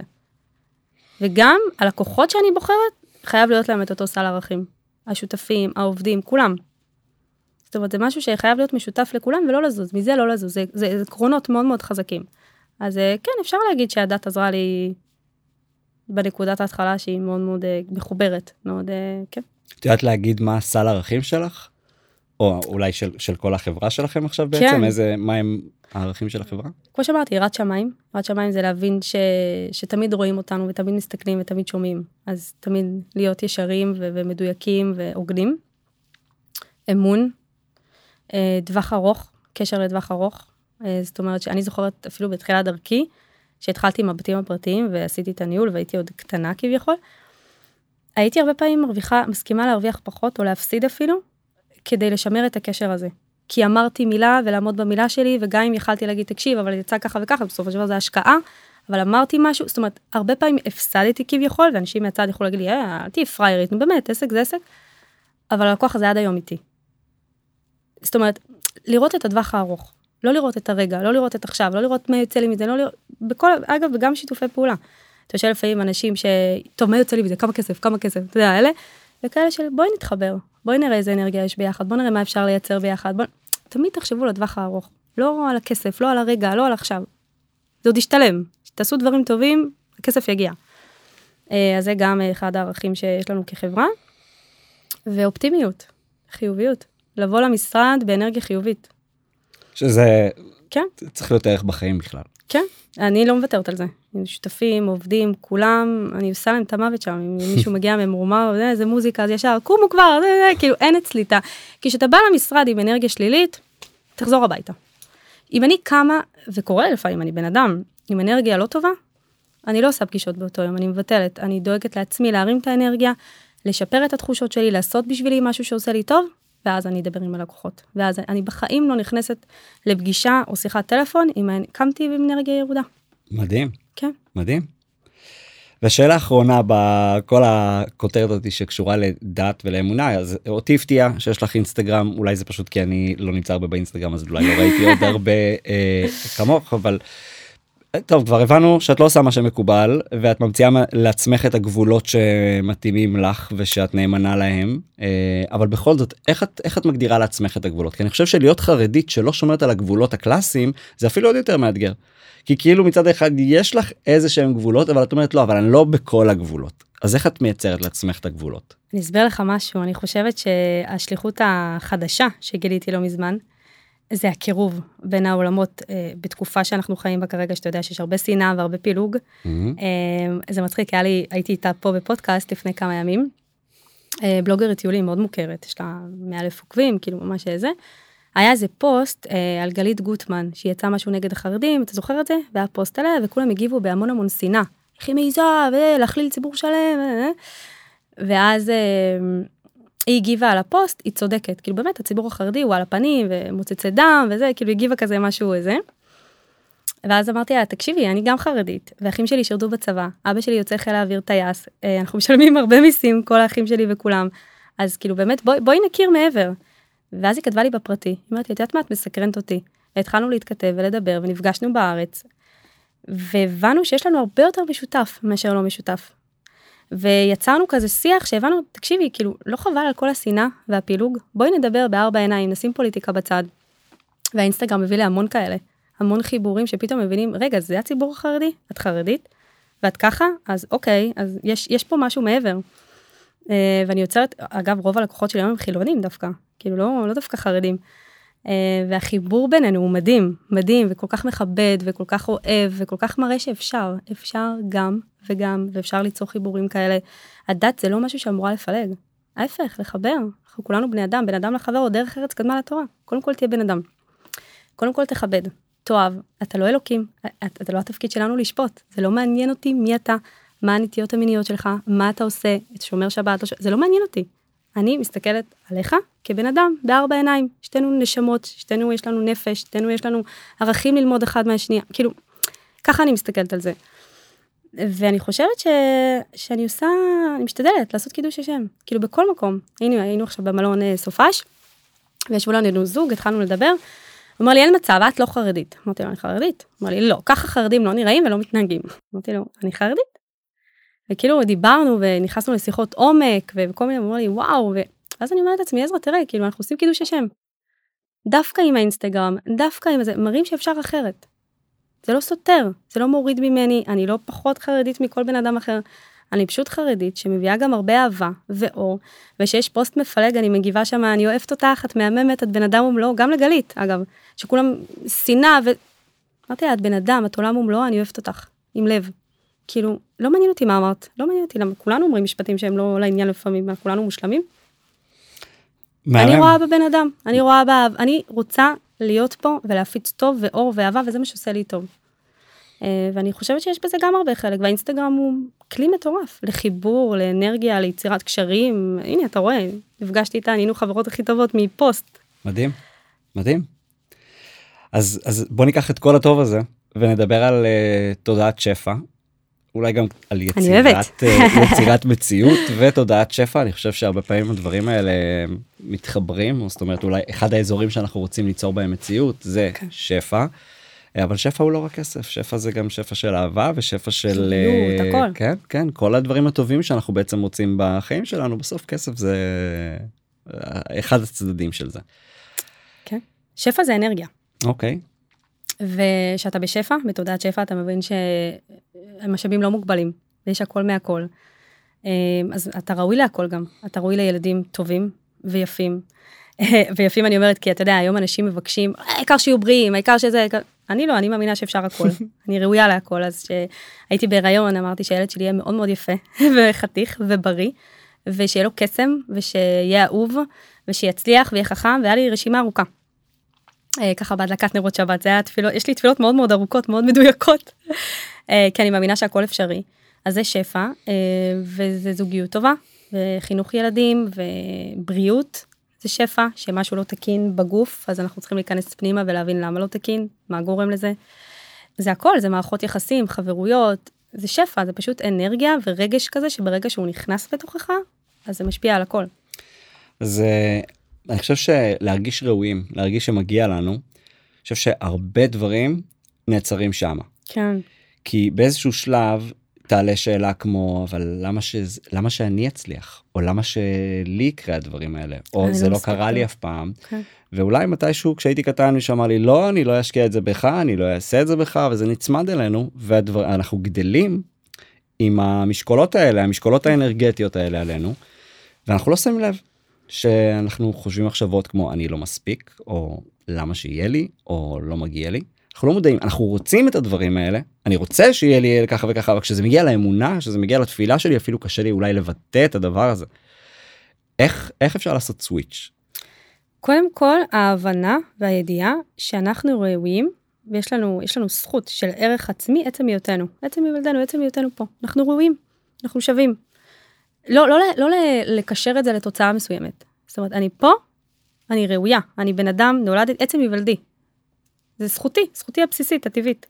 [SPEAKER 1] וגם הלקוחות שאני בוחרת, חייב להיות להם את אותו סל ערכים. השותפים, העובדים, כולם. זאת אומרת, זה משהו שחייב להיות משותף לכולם ולא לזוז, מזה לא לזוז, זה, זה, זה קרונות מאוד מאוד חזקים. אז כן, אפשר להגיד שהדת עזרה לי בנקודת ההתחלה שהיא מאוד מאוד מחוברת, מאוד, כן.
[SPEAKER 3] את יודעת להגיד מה סל הערכים שלך? או אולי של, של כל החברה שלכם עכשיו בעצם? כן. איזה, מה הם הערכים של החברה?
[SPEAKER 1] כמו שאמרתי, יראת שמיים. יראת שמיים זה להבין ש, שתמיד רואים אותנו ותמיד מסתכלים ותמיד שומעים. אז תמיד להיות ישרים ו, ומדויקים והוגנים. אמון, דווח ארוך, קשר לדווח ארוך. זאת אומרת שאני זוכרת אפילו בתחילת דרכי, שהתחלתי עם הבתים הפרטיים ועשיתי את הניהול והייתי עוד קטנה כביכול, הייתי הרבה פעמים מרוויחה, מסכימה להרוויח פחות או להפסיד אפילו, כדי לשמר את הקשר הזה. כי אמרתי מילה ולעמוד במילה שלי, וגם אם יכלתי להגיד תקשיב, אבל יצא ככה וככה, בסופו של דבר זה השקעה, אבל אמרתי משהו, זאת אומרת, הרבה פעמים הפסדתי כביכול, ואנשים מהצד יכולו להגיד לי, אה, תהי פריירית, נו באמת, עסק זה עסק, אבל הלקוח הזה עד היום איתי. זאת אומרת, לראות את הדווח הארוך. לא לראות את הרגע, לא לראות את עכשיו, לא לראות מה יוצא לי מזה, לא לראות, בכל, אגב, וגם שיתופי פעולה. אתה יושב לפעמים אנשים ש... טוב, מה יוצא לי מזה? כמה כסף, כמה כסף, אתה יודע, אלה, וכאלה של בואי נתחבר, בואי נראה איזה אנרגיה יש ביחד, בואי נראה מה אפשר לייצר ביחד, בואי... תמיד תחשבו לטווח הארוך, לא על הכסף, לא על הרגע, לא על עכשיו. זה עוד ישתלם, תעשו דברים טובים, הכסף יגיע. אז זה גם אחד הערכים שיש לנו כחברה, ואופטימיות, חיוביות, לבוא למשרד באנרגיה חיובית.
[SPEAKER 3] שזה
[SPEAKER 1] כן.
[SPEAKER 3] צריך להיות ערך בחיים בכלל.
[SPEAKER 1] כן, אני לא מוותרת על זה. עם שותפים, עובדים, כולם, אני עושה להם את המוות שם, אם מישהו מגיע ממורמר, זה, זה מוזיקה, אז ישר, קומו כבר, זה, זה, כאילו אין אצליטה. כי כשאתה בא למשרד עם אנרגיה שלילית, תחזור הביתה. אם אני קמה, וקורא לפעמים, אני בן אדם, עם אנרגיה לא טובה, אני לא עושה פגישות באותו יום, אני מבטלת, אני דואגת לעצמי, להרים את האנרגיה, לשפר את התחושות שלי, לעשות בשבילי משהו שעושה לי טוב, ואז אני אדבר עם הלקוחות. ואז אני בחיים לא נכנסת לפגישה או שיחת טלפון, אם אני קמתי עם אנרגיה ירודה.
[SPEAKER 3] מדהים.
[SPEAKER 1] כן.
[SPEAKER 3] מדהים. והשאלה האחרונה בכל הכותרת אותי שקשורה לדת ולאמונה, אז אותי הפתיע שיש לך אינסטגרם, אולי זה פשוט כי אני לא נמצא הרבה באינסטגרם, אז אולי לא ראיתי עוד הרבה אה, כמוך, אבל טוב, כבר הבנו שאת לא עושה מה שמקובל, ואת ממציאה לעצמך את הגבולות שמתאימים לך ושאת נאמנה להם, אבל בכל זאת, איך את, איך את מגדירה לעצמך את הגבולות? כי אני חושב שלהיות חרדית שלא שומרת על הגבולות הקלאסיים, זה אפילו עוד יותר מאתגר. כי כאילו מצד אחד יש לך איזה שהם גבולות, אבל את אומרת לא, אבל אני לא בכל הגבולות. אז איך את מייצרת לעצמך את הגבולות?
[SPEAKER 1] אני אסביר לך משהו, אני חושבת שהשליחות החדשה שגיליתי לא מזמן, זה הקירוב בין העולמות אה, בתקופה שאנחנו חיים בה כרגע, שאתה יודע שיש הרבה שנאה והרבה פילוג. Mm-hmm. אה, זה מצחיק, היה לי, הייתי איתה פה בפודקאסט לפני כמה ימים, אה, בלוגרית טיולים מאוד מוכרת, יש לה מאלף עוקבים, כאילו ממש איזה. היה איזה פוסט אה, על גלית גוטמן, שהיא יצאה משהו נגד החרדים, אתה זוכר את זה? והיה פוסט עליה, וכולם הגיבו בהמון המון שנאה. איך היא מעיזה, ולהכליל ציבור שלם, אה, אה. ואז... אה, היא הגיבה על הפוסט, היא צודקת, כאילו באמת הציבור החרדי הוא על הפנים ומוצצי דם וזה, כאילו הגיבה כזה משהו איזה. ואז אמרתי לה, תקשיבי, אני גם חרדית, והאחים שלי שירדו בצבא, אבא שלי יוצא חיל האוויר טייס, אנחנו משלמים הרבה מיסים, כל האחים שלי וכולם, אז כאילו באמת בואי, בואי נכיר מעבר. ואז היא כתבה לי בפרטי, היא אומרת לי, את יודעת מה, את מסקרנת אותי. והתחלנו להתכתב ולדבר, ונפגשנו בארץ, והבנו שיש לנו הרבה יותר משותף מאשר לא משותף. ויצרנו כזה שיח שהבנו, תקשיבי, כאילו, לא חבל על כל השנאה והפילוג, בואי נדבר בארבע עיניים, נשים פוליטיקה בצד, והאינסטגרם מביא להמון כאלה, המון חיבורים שפתאום מבינים, רגע, זה הציבור החרדי, את חרדית, ואת ככה, אז אוקיי, אז יש, יש פה משהו מעבר. ואני יוצרת, אגב, רוב הלקוחות שלי היום הם חילונים דווקא, כאילו לא, לא דווקא חרדים, והחיבור בינינו הוא מדהים, מדהים, וכל כך מכבד, וכל כך אוהב, וכל כך מראה שאפשר, אפשר גם וגם, ואפשר ליצור חיבורים כאלה. הדת זה לא משהו שאמורה לפלג. ההפך, לחבר. אנחנו כולנו בני אדם, בן אדם לחבר, או דרך ארץ קדמה לתורה. קודם כל תהיה בן אדם. קודם כל תכבד, תאהב, אתה לא אלוקים, אתה, אתה לא התפקיד שלנו לשפוט. זה לא מעניין אותי מי אתה, מה הנטיות המיניות שלך, מה אתה עושה, את שומר שבת, זה לא מעניין אותי. אני מסתכלת עליך כבן אדם, בארבע עיניים, שתינו נשמות, שתינו יש לנו נפש, שתינו יש לנו ערכים ללמוד אחד מהשנייה, כאילו, ככה אני מסתכלת על זה. ואני חושבת ש... שאני עושה, אני משתדלת לעשות קידוש השם, כאילו בכל מקום. היינו, היינו עכשיו במלון סופש, וישבו לנו זוג, התחלנו לדבר, הוא אמר לי, אין מצב, את לא חרדית. אמרתי לו, אני חרדית? אמר לי, לא, ככה חרדים לא נראים ולא מתנהגים. אמרתי לו, אני חרדית? וכאילו דיברנו ונכנסנו לשיחות עומק, וכל מיני אמרו לי, וואו, ואז אני אומרת לעצמי, עזרא, תראה, כאילו אנחנו עושים קידוש השם. דווקא עם האינסטגרם, דווקא עם זה, מראים שאפשר אחרת. זה לא סותר, זה לא מוריד ממני, אני לא פחות חרדית מכל בן אדם אחר, אני פשוט חרדית, שמביאה גם הרבה אהבה ואור, ושיש פוסט מפלג, אני מגיבה שם, אני אוהבת אותך, את מהממת, את בן אדם ומלוא, גם לגלית, אגב, שכולם שנאה, ו... אמרתי, את בן אדם, את עולם ומלוא, אני אוהבת אותך, עם לב. כאילו, לא מעניין אותי מה אמרת, לא מעניין אותי, למה כולנו אומרים משפטים שהם לא לעניין לפעמים, כולנו מושלמים. אני רואה בבן אדם, אני רואה באהב, אני רוצה להיות פה ולהפיץ טוב ואור ואהבה, וזה מה שעושה לי טוב. ואני חושבת שיש בזה גם הרבה חלק, והאינסטגרם הוא כלי מטורף, לחיבור, לאנרגיה, ליצירת קשרים, הנה, אתה רואה, נפגשתי איתה, היינו חברות הכי טובות מפוסט. מדהים,
[SPEAKER 3] מדהים. אז, אז בוא ניקח את כל הטוב הזה, ונדבר על uh, תודעת שפע, אולי גם על יצירת, יצירת מציאות ותודעת שפע. אני חושב שהרבה פעמים הדברים האלה מתחברים, זאת אומרת, אולי אחד האזורים שאנחנו רוצים ליצור בהם מציאות, זה okay. שפע. אבל שפע הוא לא רק כסף, שפע זה גם שפע של אהבה ושפע של...
[SPEAKER 1] חיות, הכל.
[SPEAKER 3] כן, כן, כל הדברים הטובים שאנחנו בעצם רוצים בחיים שלנו, בסוף כסף זה אחד הצדדים של זה.
[SPEAKER 1] כן, שפע זה אנרגיה.
[SPEAKER 3] אוקיי.
[SPEAKER 1] ושאתה בשפע, בתודעת שפע, אתה מבין שהמשאבים לא מוגבלים, ויש הכל מהכל. אז אתה ראוי להכל גם, אתה ראוי לילדים טובים ויפים. ויפים אני אומרת, כי אתה יודע, היום אנשים מבקשים, העיקר שיהיו בריאים, העיקר שזה... אני לא, אני מאמינה שאפשר הכל. אני ראויה להכל, אז שהייתי בהיריון, אמרתי שהילד שלי יהיה מאוד מאוד יפה, וחתיך ובריא, ושיהיה לו קסם, ושיהיה אהוב, ושיצליח ויהיה חכם, והיה לי רשימה ארוכה. ככה בהדלקת נרות שבת, זה היה תפילות, יש לי תפילות מאוד מאוד ארוכות, מאוד מדויקות, כי אני מאמינה שהכל אפשרי. אז זה שפע, וזה זוגיות טובה, וחינוך ילדים, ובריאות, זה שפע, שמשהו לא תקין בגוף, אז אנחנו צריכים להיכנס פנימה ולהבין למה לא תקין, מה גורם לזה. זה הכל, זה מערכות יחסים, חברויות, זה שפע, זה פשוט אנרגיה ורגש כזה, שברגע שהוא נכנס בתוכך, אז זה משפיע על הכל.
[SPEAKER 3] אז אני חושב שלהרגיש ראויים, להרגיש שמגיע לנו, אני חושב שהרבה דברים נעצרים שם.
[SPEAKER 1] כן.
[SPEAKER 3] כי באיזשהו שלב, תעלה שאלה כמו, אבל למה, ש... למה שאני אצליח? או למה שלי יקרה הדברים האלה? או זה לא קרה לי אף פעם. Okay. ואולי מתישהו כשהייתי קטן מישהו אמר לי, לא, אני לא אשקיע את זה בך, אני לא אעשה את זה בך, וזה נצמד אלינו, ואנחנו גדלים עם המשקולות האלה, המשקולות האנרגטיות האלה עלינו, ואנחנו לא שמים לב שאנחנו חושבים מחשבות כמו, אני לא מספיק, או למה שיהיה לי, או לא מגיע לי. אנחנו לא מודעים, אנחנו רוצים את הדברים האלה, אני רוצה שיהיה לי ככה וככה, אבל כשזה מגיע לאמונה, כשזה מגיע לתפילה שלי, אפילו קשה לי אולי לבטא את הדבר הזה. איך, איך אפשר לעשות סוויץ'?
[SPEAKER 1] קודם כל, ההבנה והידיעה שאנחנו ראויים, ויש לנו, יש לנו זכות של ערך עצמי, עצם היותנו, עצם היותנו, עצם היותנו פה. אנחנו ראויים, אנחנו שווים. לא, לא, לא, לא לקשר את זה לתוצאה מסוימת. זאת אומרת, אני פה, אני ראויה, אני בן אדם, נולדת, עצם היוולדי. זה זכותי, זכותי הבסיסית, הטבעית.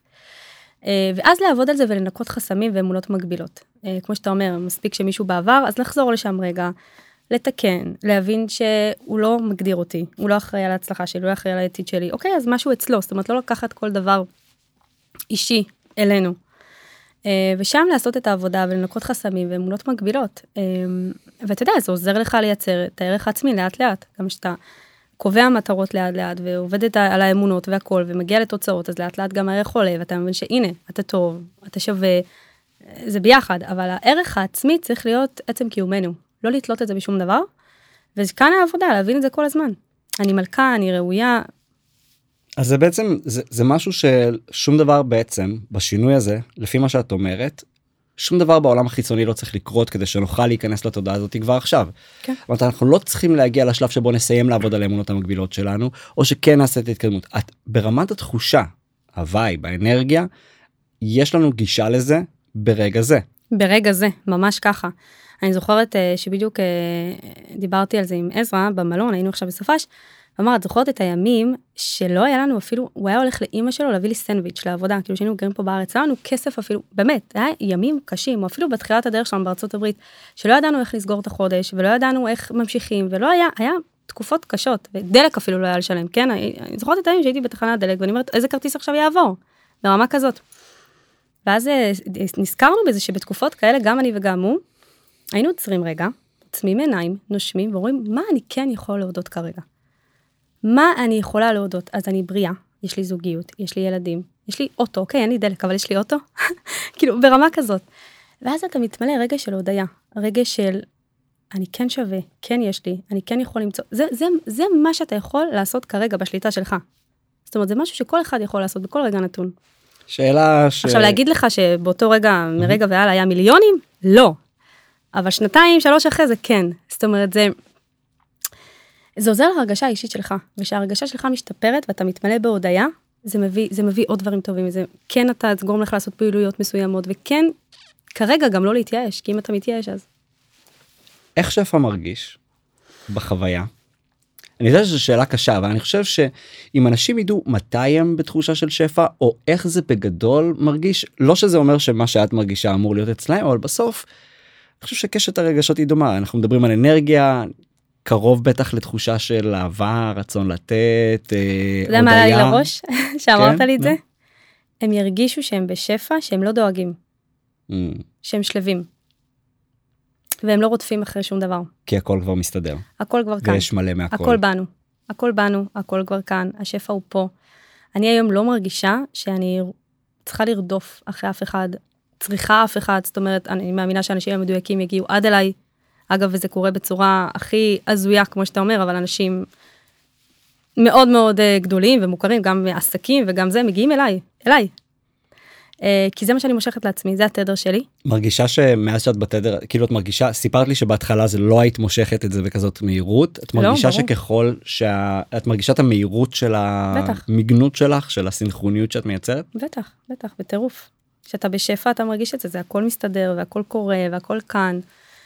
[SPEAKER 1] ואז לעבוד על זה ולנקות חסמים ואמונות מגבילות. כמו שאתה אומר, מספיק שמישהו בעבר, אז לחזור לשם רגע, לתקן, להבין שהוא לא מגדיר אותי, הוא לא אחראי על ההצלחה שלי, הוא לא אחראי על העתיד שלי. אוקיי, אז משהו אצלו, זאת אומרת, לא לקחת כל דבר אישי אלינו. ושם לעשות את העבודה ולנקות חסמים ואמונות מגבילות. ואתה יודע, זה עוזר לך לייצר את הערך העצמי לאט לאט, גם שאתה קובע מטרות לאט לאט, ועובדת על האמונות והכל, ומגיע לתוצאות, אז לאט לאט גם הערך עולה, ואתה מבין שהנה, אתה טוב, אתה שווה, זה ביחד, אבל הערך העצמי צריך להיות עצם קיומנו, לא לתלות את זה בשום דבר, וכאן העבודה, להבין את זה כל הזמן. אני מלכה, אני ראויה,
[SPEAKER 3] אז זה בעצם, זה, זה משהו ששום דבר בעצם, בשינוי הזה, לפי מה שאת אומרת, שום דבר בעולם החיצוני לא צריך לקרות כדי שנוכל להיכנס לתודעה הזאת כבר עכשיו.
[SPEAKER 1] כן.
[SPEAKER 3] זאת אומרת, אנחנו לא צריכים להגיע לשלב שבו נסיים לעבוד על האמונות המקבילות שלנו, או שכן נעשה את ההתקדמות. את, ברמת התחושה, הווייב, האנרגיה, יש לנו גישה לזה ברגע זה.
[SPEAKER 1] ברגע זה, ממש ככה. אני זוכרת שבדיוק דיברתי על זה עם עזרא במלון, היינו עכשיו בסופש, ואמר, את זוכרת את הימים שלא היה לנו אפילו, הוא היה הולך לאמא שלו להביא לי סנדוויץ' לעבודה, כאילו שהיינו גרים פה בארץ, לא היה לנו כסף אפילו, באמת, היה ימים קשים, או אפילו בתחילת הדרך שלנו בארצות הברית, שלא ידענו איך לסגור את החודש, ולא ידענו איך ממשיכים, ולא היה, היה תקופות קשות, ודלק אפילו לא היה לשלם, כן? אני זוכרת את הימים שהייתי בתחנת דלק, ואני אומרת, איזה כרטיס עכשיו יעבור? ברמה כזאת. ואז נזכרנו בזה שבתקופות כאלה, גם אני וגם הוא, היינו עוצרים רגע, עוצמים עיניים, נושמים, ורואים, מה אני כן יכול להודות כרגע? מה אני יכולה להודות? אז אני בריאה, יש לי זוגיות, יש לי ילדים, יש לי אוטו, אוקיי, אין לי דלק, אבל יש לי אוטו, כאילו, ברמה כזאת. ואז אתה מתמלא רגע של הודיה, רגע של, אני כן שווה, כן יש לי, אני כן יכול למצוא, זה, זה, זה מה שאתה יכול לעשות כרגע בשליטה שלך. זאת אומרת, זה משהו שכל אחד יכול לעשות בכל רגע נתון.
[SPEAKER 3] שאלה ש...
[SPEAKER 1] עכשיו, להגיד לך שבאותו רגע, מרגע ועל היה מיליונים? לא. אבל שנתיים, שלוש אחרי זה כן. זאת אומרת, זה... זה עוזר להרגשה האישית שלך, ושההרגשה שלך משתפרת, ואתה מתמלא בהודיה, זה מביא, זה מביא עוד דברים טובים, זה כן אתה תגרום לך לעשות פעילויות מסוימות, וכן, כרגע גם לא להתייאש, כי אם אתה מתייאש, אז...
[SPEAKER 3] איך שפע מרגיש בחוויה? אני יודע שזו שאלה קשה, אבל אני חושב שאם אנשים ידעו מתי הם בתחושה של שפע, או איך זה בגדול מרגיש, לא שזה אומר שמה שאת מרגישה אמור להיות אצלהם, אבל בסוף, אני חושב שקשת הרגשות היא דומה, אנחנו מדברים על אנרגיה, קרוב בטח לתחושה של אהבה, רצון לתת, הודיה.
[SPEAKER 1] אתה יודע מה היה לי לראש? שאמרת לי את זה? הם ירגישו שהם בשפע, שהם לא דואגים. שהם שלבים. והם לא רודפים אחרי שום דבר.
[SPEAKER 3] כי הכל כבר מסתדר.
[SPEAKER 1] הכל כבר כאן.
[SPEAKER 3] ויש מלא מהכל.
[SPEAKER 1] הכל בנו. הכל בנו, הכל כבר כאן. השפע הוא פה. אני היום לא מרגישה שאני צריכה לרדוף אחרי אף אחד, צריכה אף אחד, זאת אומרת, אני מאמינה שאנשים המדויקים יגיעו עד אליי, אגב, וזה קורה בצורה הכי הזויה, כמו שאתה אומר, אבל אנשים מאוד מאוד גדולים ומוכרים, גם עסקים וגם זה, מגיעים אליי, אליי. כי זה מה שאני מושכת לעצמי, זה התדר שלי. מרגישה
[SPEAKER 3] שמאז שאת בתדר, כאילו את מרגישה, סיפרת לי שבהתחלה זה לא היית מושכת את זה בכזאת מהירות, את מרגישה שככל שאת מרגישה את המהירות של המגנות שלך, של הסינכרוניות שאת מייצרת?
[SPEAKER 1] בטח, בטח, בטירוף. כשאתה בשפע אתה מרגיש את זה, זה הכל מסתדר והכל קורה והכל כאן.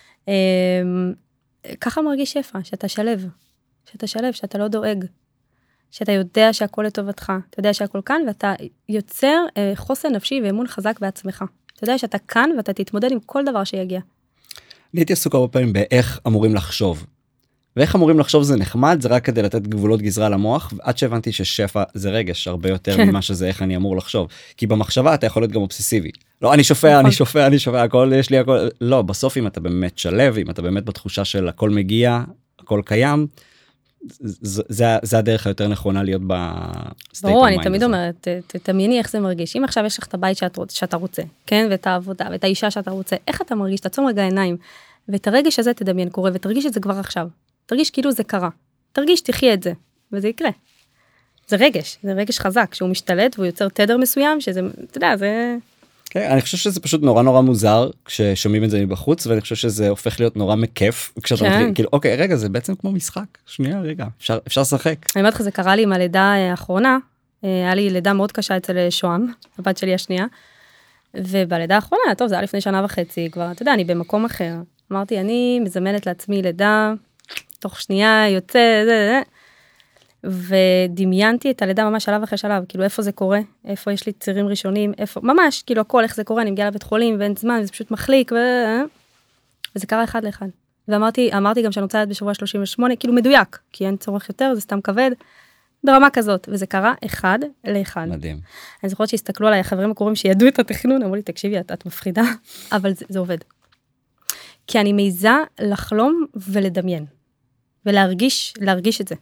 [SPEAKER 1] ככה מרגיש שפע, שאתה שלב, שאתה שלב, שאתה לא דואג, שאתה יודע שהכל לטובתך, אתה יודע שהכל כאן, ואתה יוצר חוסן נפשי ואמון חזק בעצמך. אתה יודע שאתה כאן ואתה תתמודד עם כל דבר שיגיע.
[SPEAKER 3] אני הייתי עסוק הרבה פעמים באיך אמורים לחשוב. ואיך אמורים לחשוב זה נחמד, זה רק כדי לתת גבולות גזרה למוח, ועד שהבנתי ששפע זה רגש הרבה יותר כן. ממה שזה איך אני אמור לחשוב. כי במחשבה אתה יכול להיות גם אובססיבי. לא, אני שופע, נכון. אני שופע, אני שופע, הכל, יש לי הכל. לא, בסוף אם אתה באמת שלב, אם אתה באמת בתחושה של הכל מגיע, הכל קיים, זה, זה, זה הדרך היותר נכונה להיות בסטייט.
[SPEAKER 1] ברור, אני תמיד אומרת, תדמייני איך זה מרגיש. אם עכשיו יש לך את הבית שאת, שאתה רוצה, כן? ואת העבודה, ואת האישה שאתה רוצה, איך אתה מרגיש? תעצום רגע עיניים, ואת הרגש הזה תדמיין קורה, ותרגיש את זה כבר עכשיו. תרגיש כאילו זה קרה. תרגיש, תחיה את זה, וזה יקרה. זה רגש, זה רגש חזק, שהוא משתלט, והוא יוצר תדר מסוים, שזה, אתה יודע, זה...
[SPEAKER 3] כן, אני חושב שזה פשוט נורא נורא מוזר, כששומעים את זה מבחוץ, ואני חושב שזה הופך להיות נורא מכיף, כשאתה מתחיל, כאילו, אוקיי, רגע, זה בעצם כמו משחק, שנייה, רגע, אפשר, אפשר לשחק.
[SPEAKER 1] אני אומרת לך, זה קרה לי עם הלידה האחרונה, היה לי לידה מאוד קשה אצל שוהם, הבת שלי השנייה, ובלידה האחרונה, טוב, זה היה לפני שנה וחצי, כבר, אתה יודע, אני במקום אחר. אמרתי, אני מזמנת לעצמי לידה, תוך שנייה יוצא, זה, זה, ודמיינתי את הלידה ממש שלב אחרי שלב, כאילו איפה זה קורה, איפה יש לי צירים ראשונים, איפה, ממש, כאילו הכל, איך זה קורה, אני מגיעה לבית חולים, ואין זמן, וזה פשוט מחליק, ו... וזה קרה אחד לאחד. ואמרתי, אמרתי גם שאני רוצה להיות בשבוע שלושים ושמונה, כאילו מדויק, כי אין צורך יותר, זה סתם כבד, ברמה כזאת, וזה קרה אחד לאחד.
[SPEAKER 3] מדהים.
[SPEAKER 1] אני זוכרת שהסתכלו עליי, החברים הקרובים שידעו את התכנון, אמרו לי, תקשיבי, את, את מפחידה, אבל זה, זה עובד. כי אני מעיזה לחלום ולדמיין, ולהרגיש, להרגיש את זה.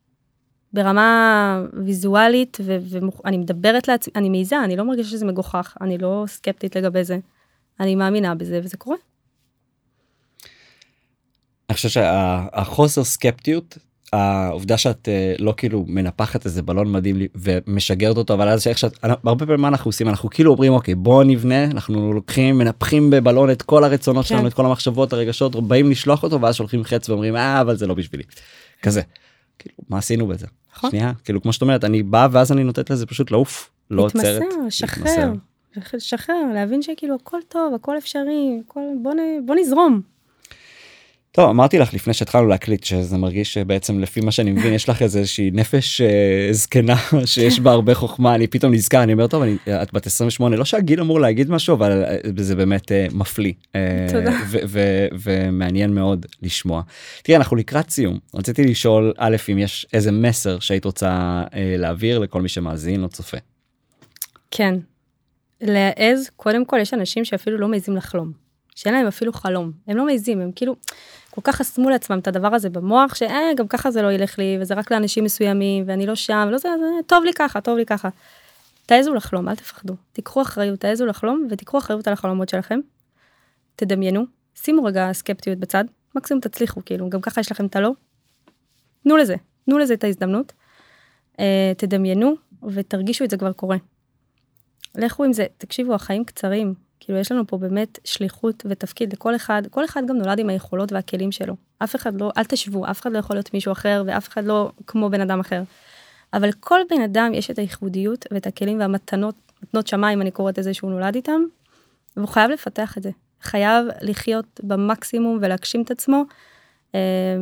[SPEAKER 1] ברמה ויזואלית, ואני מדברת לעצמי, אני מעיזה, אני לא מרגישה שזה מגוחך, אני לא סקפטית לגבי זה, אני מאמינה בזה, וזה קורה.
[SPEAKER 3] אני חושב שהחוסר סקפטיות, העובדה שאת לא כאילו מנפחת איזה בלון מדהים ומשגרת אותו, אבל אז שאת, הרבה פעמים מה אנחנו עושים, אנחנו כאילו אומרים אוקיי בוא נבנה, אנחנו לוקחים, מנפחים בבלון את כל הרצונות כן. שלנו, את כל המחשבות, הרגשות, באים לשלוח אותו ואז שולחים חץ ואומרים אה אבל זה לא בשבילי, כזה, כאילו מה עשינו בזה? נכון. שנייה, כאילו כמו שאת אומרת, אני בא ואז אני נותנת לזה פשוט לעוף, לא עוצרת.
[SPEAKER 1] להתמסר, שחרר, שחרר, להבין שכאילו הכל טוב, הכל אפשרי, הכל, בוא, נ, בוא נזרום.
[SPEAKER 3] טוב, אמרתי לך לפני שהתחלנו להקליט, שזה מרגיש שבעצם לפי מה שאני מבין, יש לך איזושהי נפש אה, זקנה, שיש בה הרבה חוכמה, אני פתאום נזכר, אני אומר, טוב, אני, את בת עשרים ושמונה, לא שהגיל אמור להגיד משהו, אבל זה באמת אה, מפליא. אה,
[SPEAKER 1] תודה.
[SPEAKER 3] ו- ו- ומעניין מאוד לשמוע. תראה, אנחנו לקראת סיום, רציתי לשאול, א', אם יש איזה מסר שהיית רוצה אה, להעביר לכל מי שמאזין או צופה.
[SPEAKER 1] כן. להעז, קודם כל, יש אנשים שאפילו לא מעזים לחלום. שאין להם אפילו חלום. הם לא מעזים, הם כאילו כל כך חסמו לעצמם את הדבר הזה במוח, שאה, גם ככה זה לא ילך לי, וזה רק לאנשים מסוימים, ואני לא שם, ולא זה, זה, טוב לי ככה, טוב לי ככה. תעזו לחלום, אל תפחדו. תיקחו אחריות, תעזו לחלום, ותיקחו אחריות על החלומות שלכם. תדמיינו, שימו רגע סקפטיות בצד, מקסימום תצליחו, כאילו, גם ככה יש לכם את הלא. תנו לזה, תנו לזה את ההזדמנות. תדמיינו, ותרגישו את זה כבר קורה. לכו עם זה, תקשיבו, החיים קצרים, כאילו יש לנו פה באמת שליחות ותפקיד לכל אחד, כל אחד גם נולד עם היכולות והכלים שלו. אף אחד לא, אל תשבו, אף אחד לא יכול להיות מישהו אחר, ואף אחד לא כמו בן אדם אחר. אבל כל בן אדם יש את הייחודיות ואת הכלים והמתנות, מתנות שמיים, אני קוראת איזה שהוא נולד איתם, והוא חייב לפתח את זה. חייב לחיות במקסימום ולהגשים את עצמו, אה,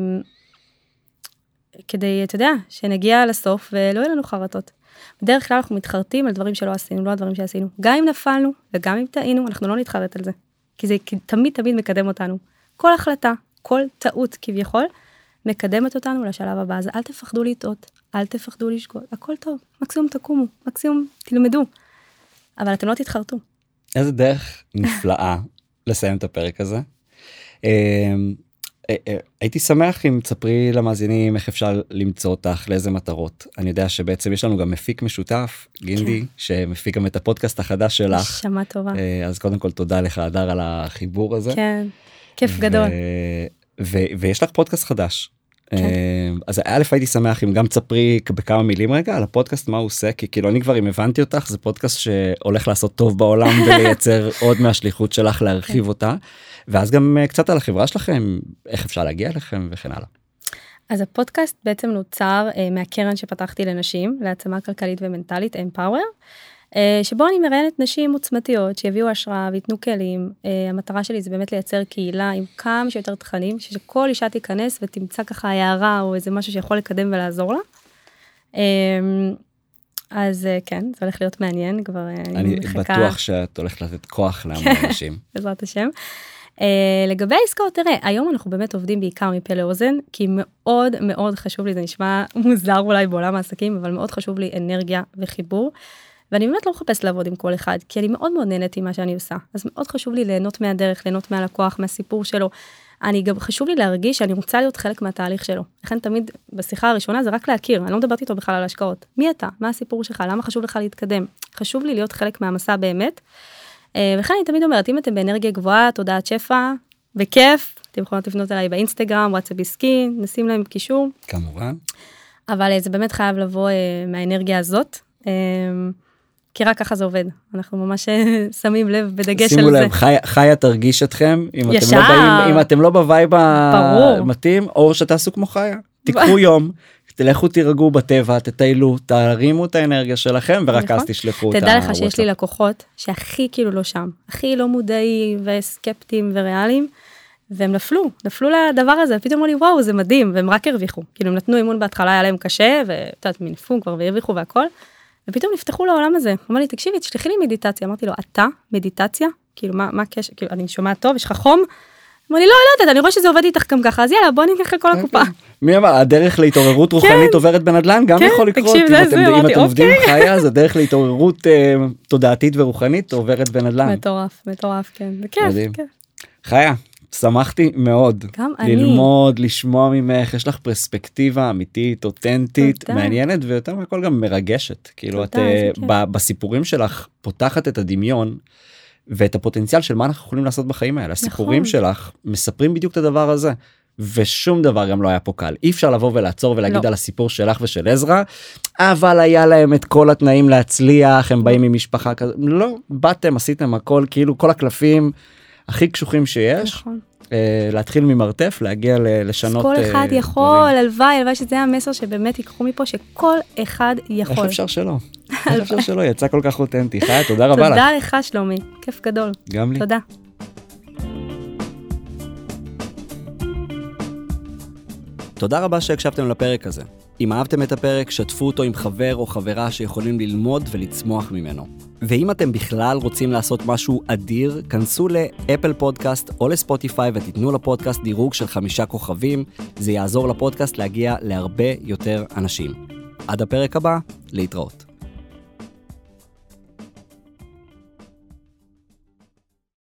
[SPEAKER 1] כדי, אתה יודע, שנגיע לסוף ולא יהיה לנו חרטות. בדרך כלל אנחנו מתחרטים על דברים שלא עשינו, לא על דברים שעשינו. גם אם נפלנו וגם אם טעינו, אנחנו לא נתחרט על זה. כי זה תמיד תמיד מקדם אותנו. כל החלטה, כל טעות כביכול, מקדמת אותנו לשלב הבא. אז אל תפחדו לטעות, אל תפחדו לשגות. הכל טוב, מקסימום תקומו, מקסימום תלמדו. אבל אתם לא תתחרטו.
[SPEAKER 3] איזה דרך נפלאה לסיים את הפרק הזה. הייתי שמח אם תספרי למאזינים איך אפשר למצוא אותך, לאיזה מטרות. אני יודע שבעצם יש לנו גם מפיק משותף, גינדי, שמפיק גם את הפודקאסט החדש שלך.
[SPEAKER 1] שמע טובה.
[SPEAKER 3] אז קודם כל תודה לך, הדר, על החיבור הזה.
[SPEAKER 1] כן, כיף גדול.
[SPEAKER 3] ויש לך פודקאסט חדש. אז א', הייתי שמח אם גם תספרי בכמה מילים רגע על הפודקאסט, מה הוא עושה, כי כאילו אני כבר אם הבנתי אותך, זה פודקאסט שהולך לעשות טוב בעולם ולייצר עוד מהשליחות שלך, להרחיב אותה. ואז גם קצת על החברה שלכם, איך אפשר להגיע אליכם וכן הלאה.
[SPEAKER 1] אז הפודקאסט בעצם נוצר אה, מהקרן שפתחתי לנשים, להעצמה כלכלית ומנטלית, אמפאוור, אה, שבו אני מראיינת נשים עוצמתיות, שיביאו השראה ויתנו כלים. אה, המטרה שלי זה באמת לייצר קהילה עם כמה שיותר תכנים, שכל אישה תיכנס ותמצא ככה הערה או איזה משהו שיכול לקדם ולעזור לה. אה, אז כן, זה הולך להיות מעניין, כבר אני,
[SPEAKER 3] אני
[SPEAKER 1] מחכה.
[SPEAKER 3] בטוח שאת הולכת לתת כוח להמון אנשים.
[SPEAKER 1] בעזרת השם. Uh, לגבי העסקאות, תראה, היום אנחנו באמת עובדים בעיקר מפה לאוזן, כי מאוד מאוד חשוב לי, זה נשמע מוזר אולי בעולם העסקים, אבל מאוד חשוב לי אנרגיה וחיבור, ואני באמת לא מחפש לעבוד עם כל אחד, כי אני מאוד מאוד נהנית עם מה שאני עושה, אז מאוד חשוב לי ליהנות מהדרך, ליהנות מהלקוח, מהסיפור שלו, אני גם חשוב לי להרגיש שאני רוצה להיות חלק מהתהליך שלו, לכן תמיד בשיחה הראשונה זה רק להכיר, אני לא מדברת איתו בכלל על השקעות, מי אתה? מה הסיפור שלך? למה חשוב לך להתקדם? חשוב לי להיות חלק מהמסע באמת, וכן אני תמיד אומרת, אם אתם באנרגיה גבוהה, תודעת שפע, בכיף, אתם יכולים לפנות אליי באינסטגרם, וואטסאפ עסקי, נשים להם קישור.
[SPEAKER 3] כמובן.
[SPEAKER 1] אבל זה באמת חייב לבוא מהאנרגיה הזאת, כי רק ככה זה עובד. אנחנו ממש שמים לב בדגש על זה.
[SPEAKER 3] שימו לב, חיה תרגיש אתכם, אם אתם לא בווייב המתאים, או שתעשו כמו חיה. תיקחו יום. תלכו תירגעו בטבע, תטיילו, תרימו את האנרגיה שלכם, ורק אז תשלחו את
[SPEAKER 1] הוואטסאפ. תדע לך שיש לי לקוחות שהכי כאילו לא שם, הכי לא מודעים וסקפטיים וריאליים, והם נפלו, נפלו לדבר הזה, פתאום אמרו לי, וואו, זה מדהים, והם רק הרוויחו. כאילו הם נתנו אימון בהתחלה, היה להם קשה, ואתה יודעת, מנפו כבר והרוויחו והכל, ופתאום נפתחו לעולם הזה. אמר לי, תקשיבי, תשלחי לי מדיטציה. אמרתי לו, אתה, מדיטציה? כאילו, מה, מה הקשר? כאילו, אני שומעת טוב, יש לך חום? אמר לי, לא, לא יודעת, אני רואה שזה עובד איתך גם ככה, אז יאללה, בוא ניקח לכל הקופה.
[SPEAKER 3] מי אמר, הדרך להתעוררות רוחנית עוברת בנדל"ן, גם יכול לקרות, אם אתם עובדים עם חיה, אז הדרך להתעוררות תודעתית ורוחנית עוברת בנדל"ן.
[SPEAKER 1] מטורף, מטורף, כן, בכיף.
[SPEAKER 3] חיה, שמחתי מאוד.
[SPEAKER 1] גם אני.
[SPEAKER 3] ללמוד, לשמוע ממך, יש לך פרספקטיבה אמיתית, אותנטית, מעניינת, ויותר מהכל גם מרגשת. כאילו, את בסיפורים שלך פותחת את הדמיון, ואת הפוטנציאל של מה אנחנו יכולים לעשות בחיים האלה. הסיפורים שלך מספרים בדיוק את הדבר הזה. ושום דבר גם לא היה פה קל. אי אפשר לבוא ולעצור ולהגיד
[SPEAKER 1] לא.
[SPEAKER 3] על הסיפור שלך ושל עזרא, אבל היה להם את כל התנאים להצליח, הם באים ממשפחה כזאת, לא, באתם, עשיתם הכל, כאילו כל הקלפים הכי קשוחים שיש,
[SPEAKER 1] נכון.
[SPEAKER 3] להתחיל ממרתף, להגיע לשנות
[SPEAKER 1] כל אחד יכול, הלוואי, הלוואי שזה המסר שבאמת ייקחו מפה, שכל אחד יכול.
[SPEAKER 3] איך אפשר שלא? איך אפשר שלא? יצא כל כך אותנטי. חיה, תודה רבה לך.
[SPEAKER 1] תודה לך שלומי, כיף גדול.
[SPEAKER 3] גם לי.
[SPEAKER 1] תודה.
[SPEAKER 3] תודה רבה שהקשבתם לפרק הזה. אם אהבתם את הפרק, שתפו אותו עם חבר או חברה שיכולים ללמוד ולצמוח ממנו. ואם אתם בכלל רוצים לעשות משהו אדיר, כנסו לאפל פודקאסט או לספוטיפיי ותיתנו לפודקאסט דירוג של חמישה כוכבים. זה יעזור לפודקאסט להגיע להרבה יותר אנשים. עד הפרק הבא, להתראות.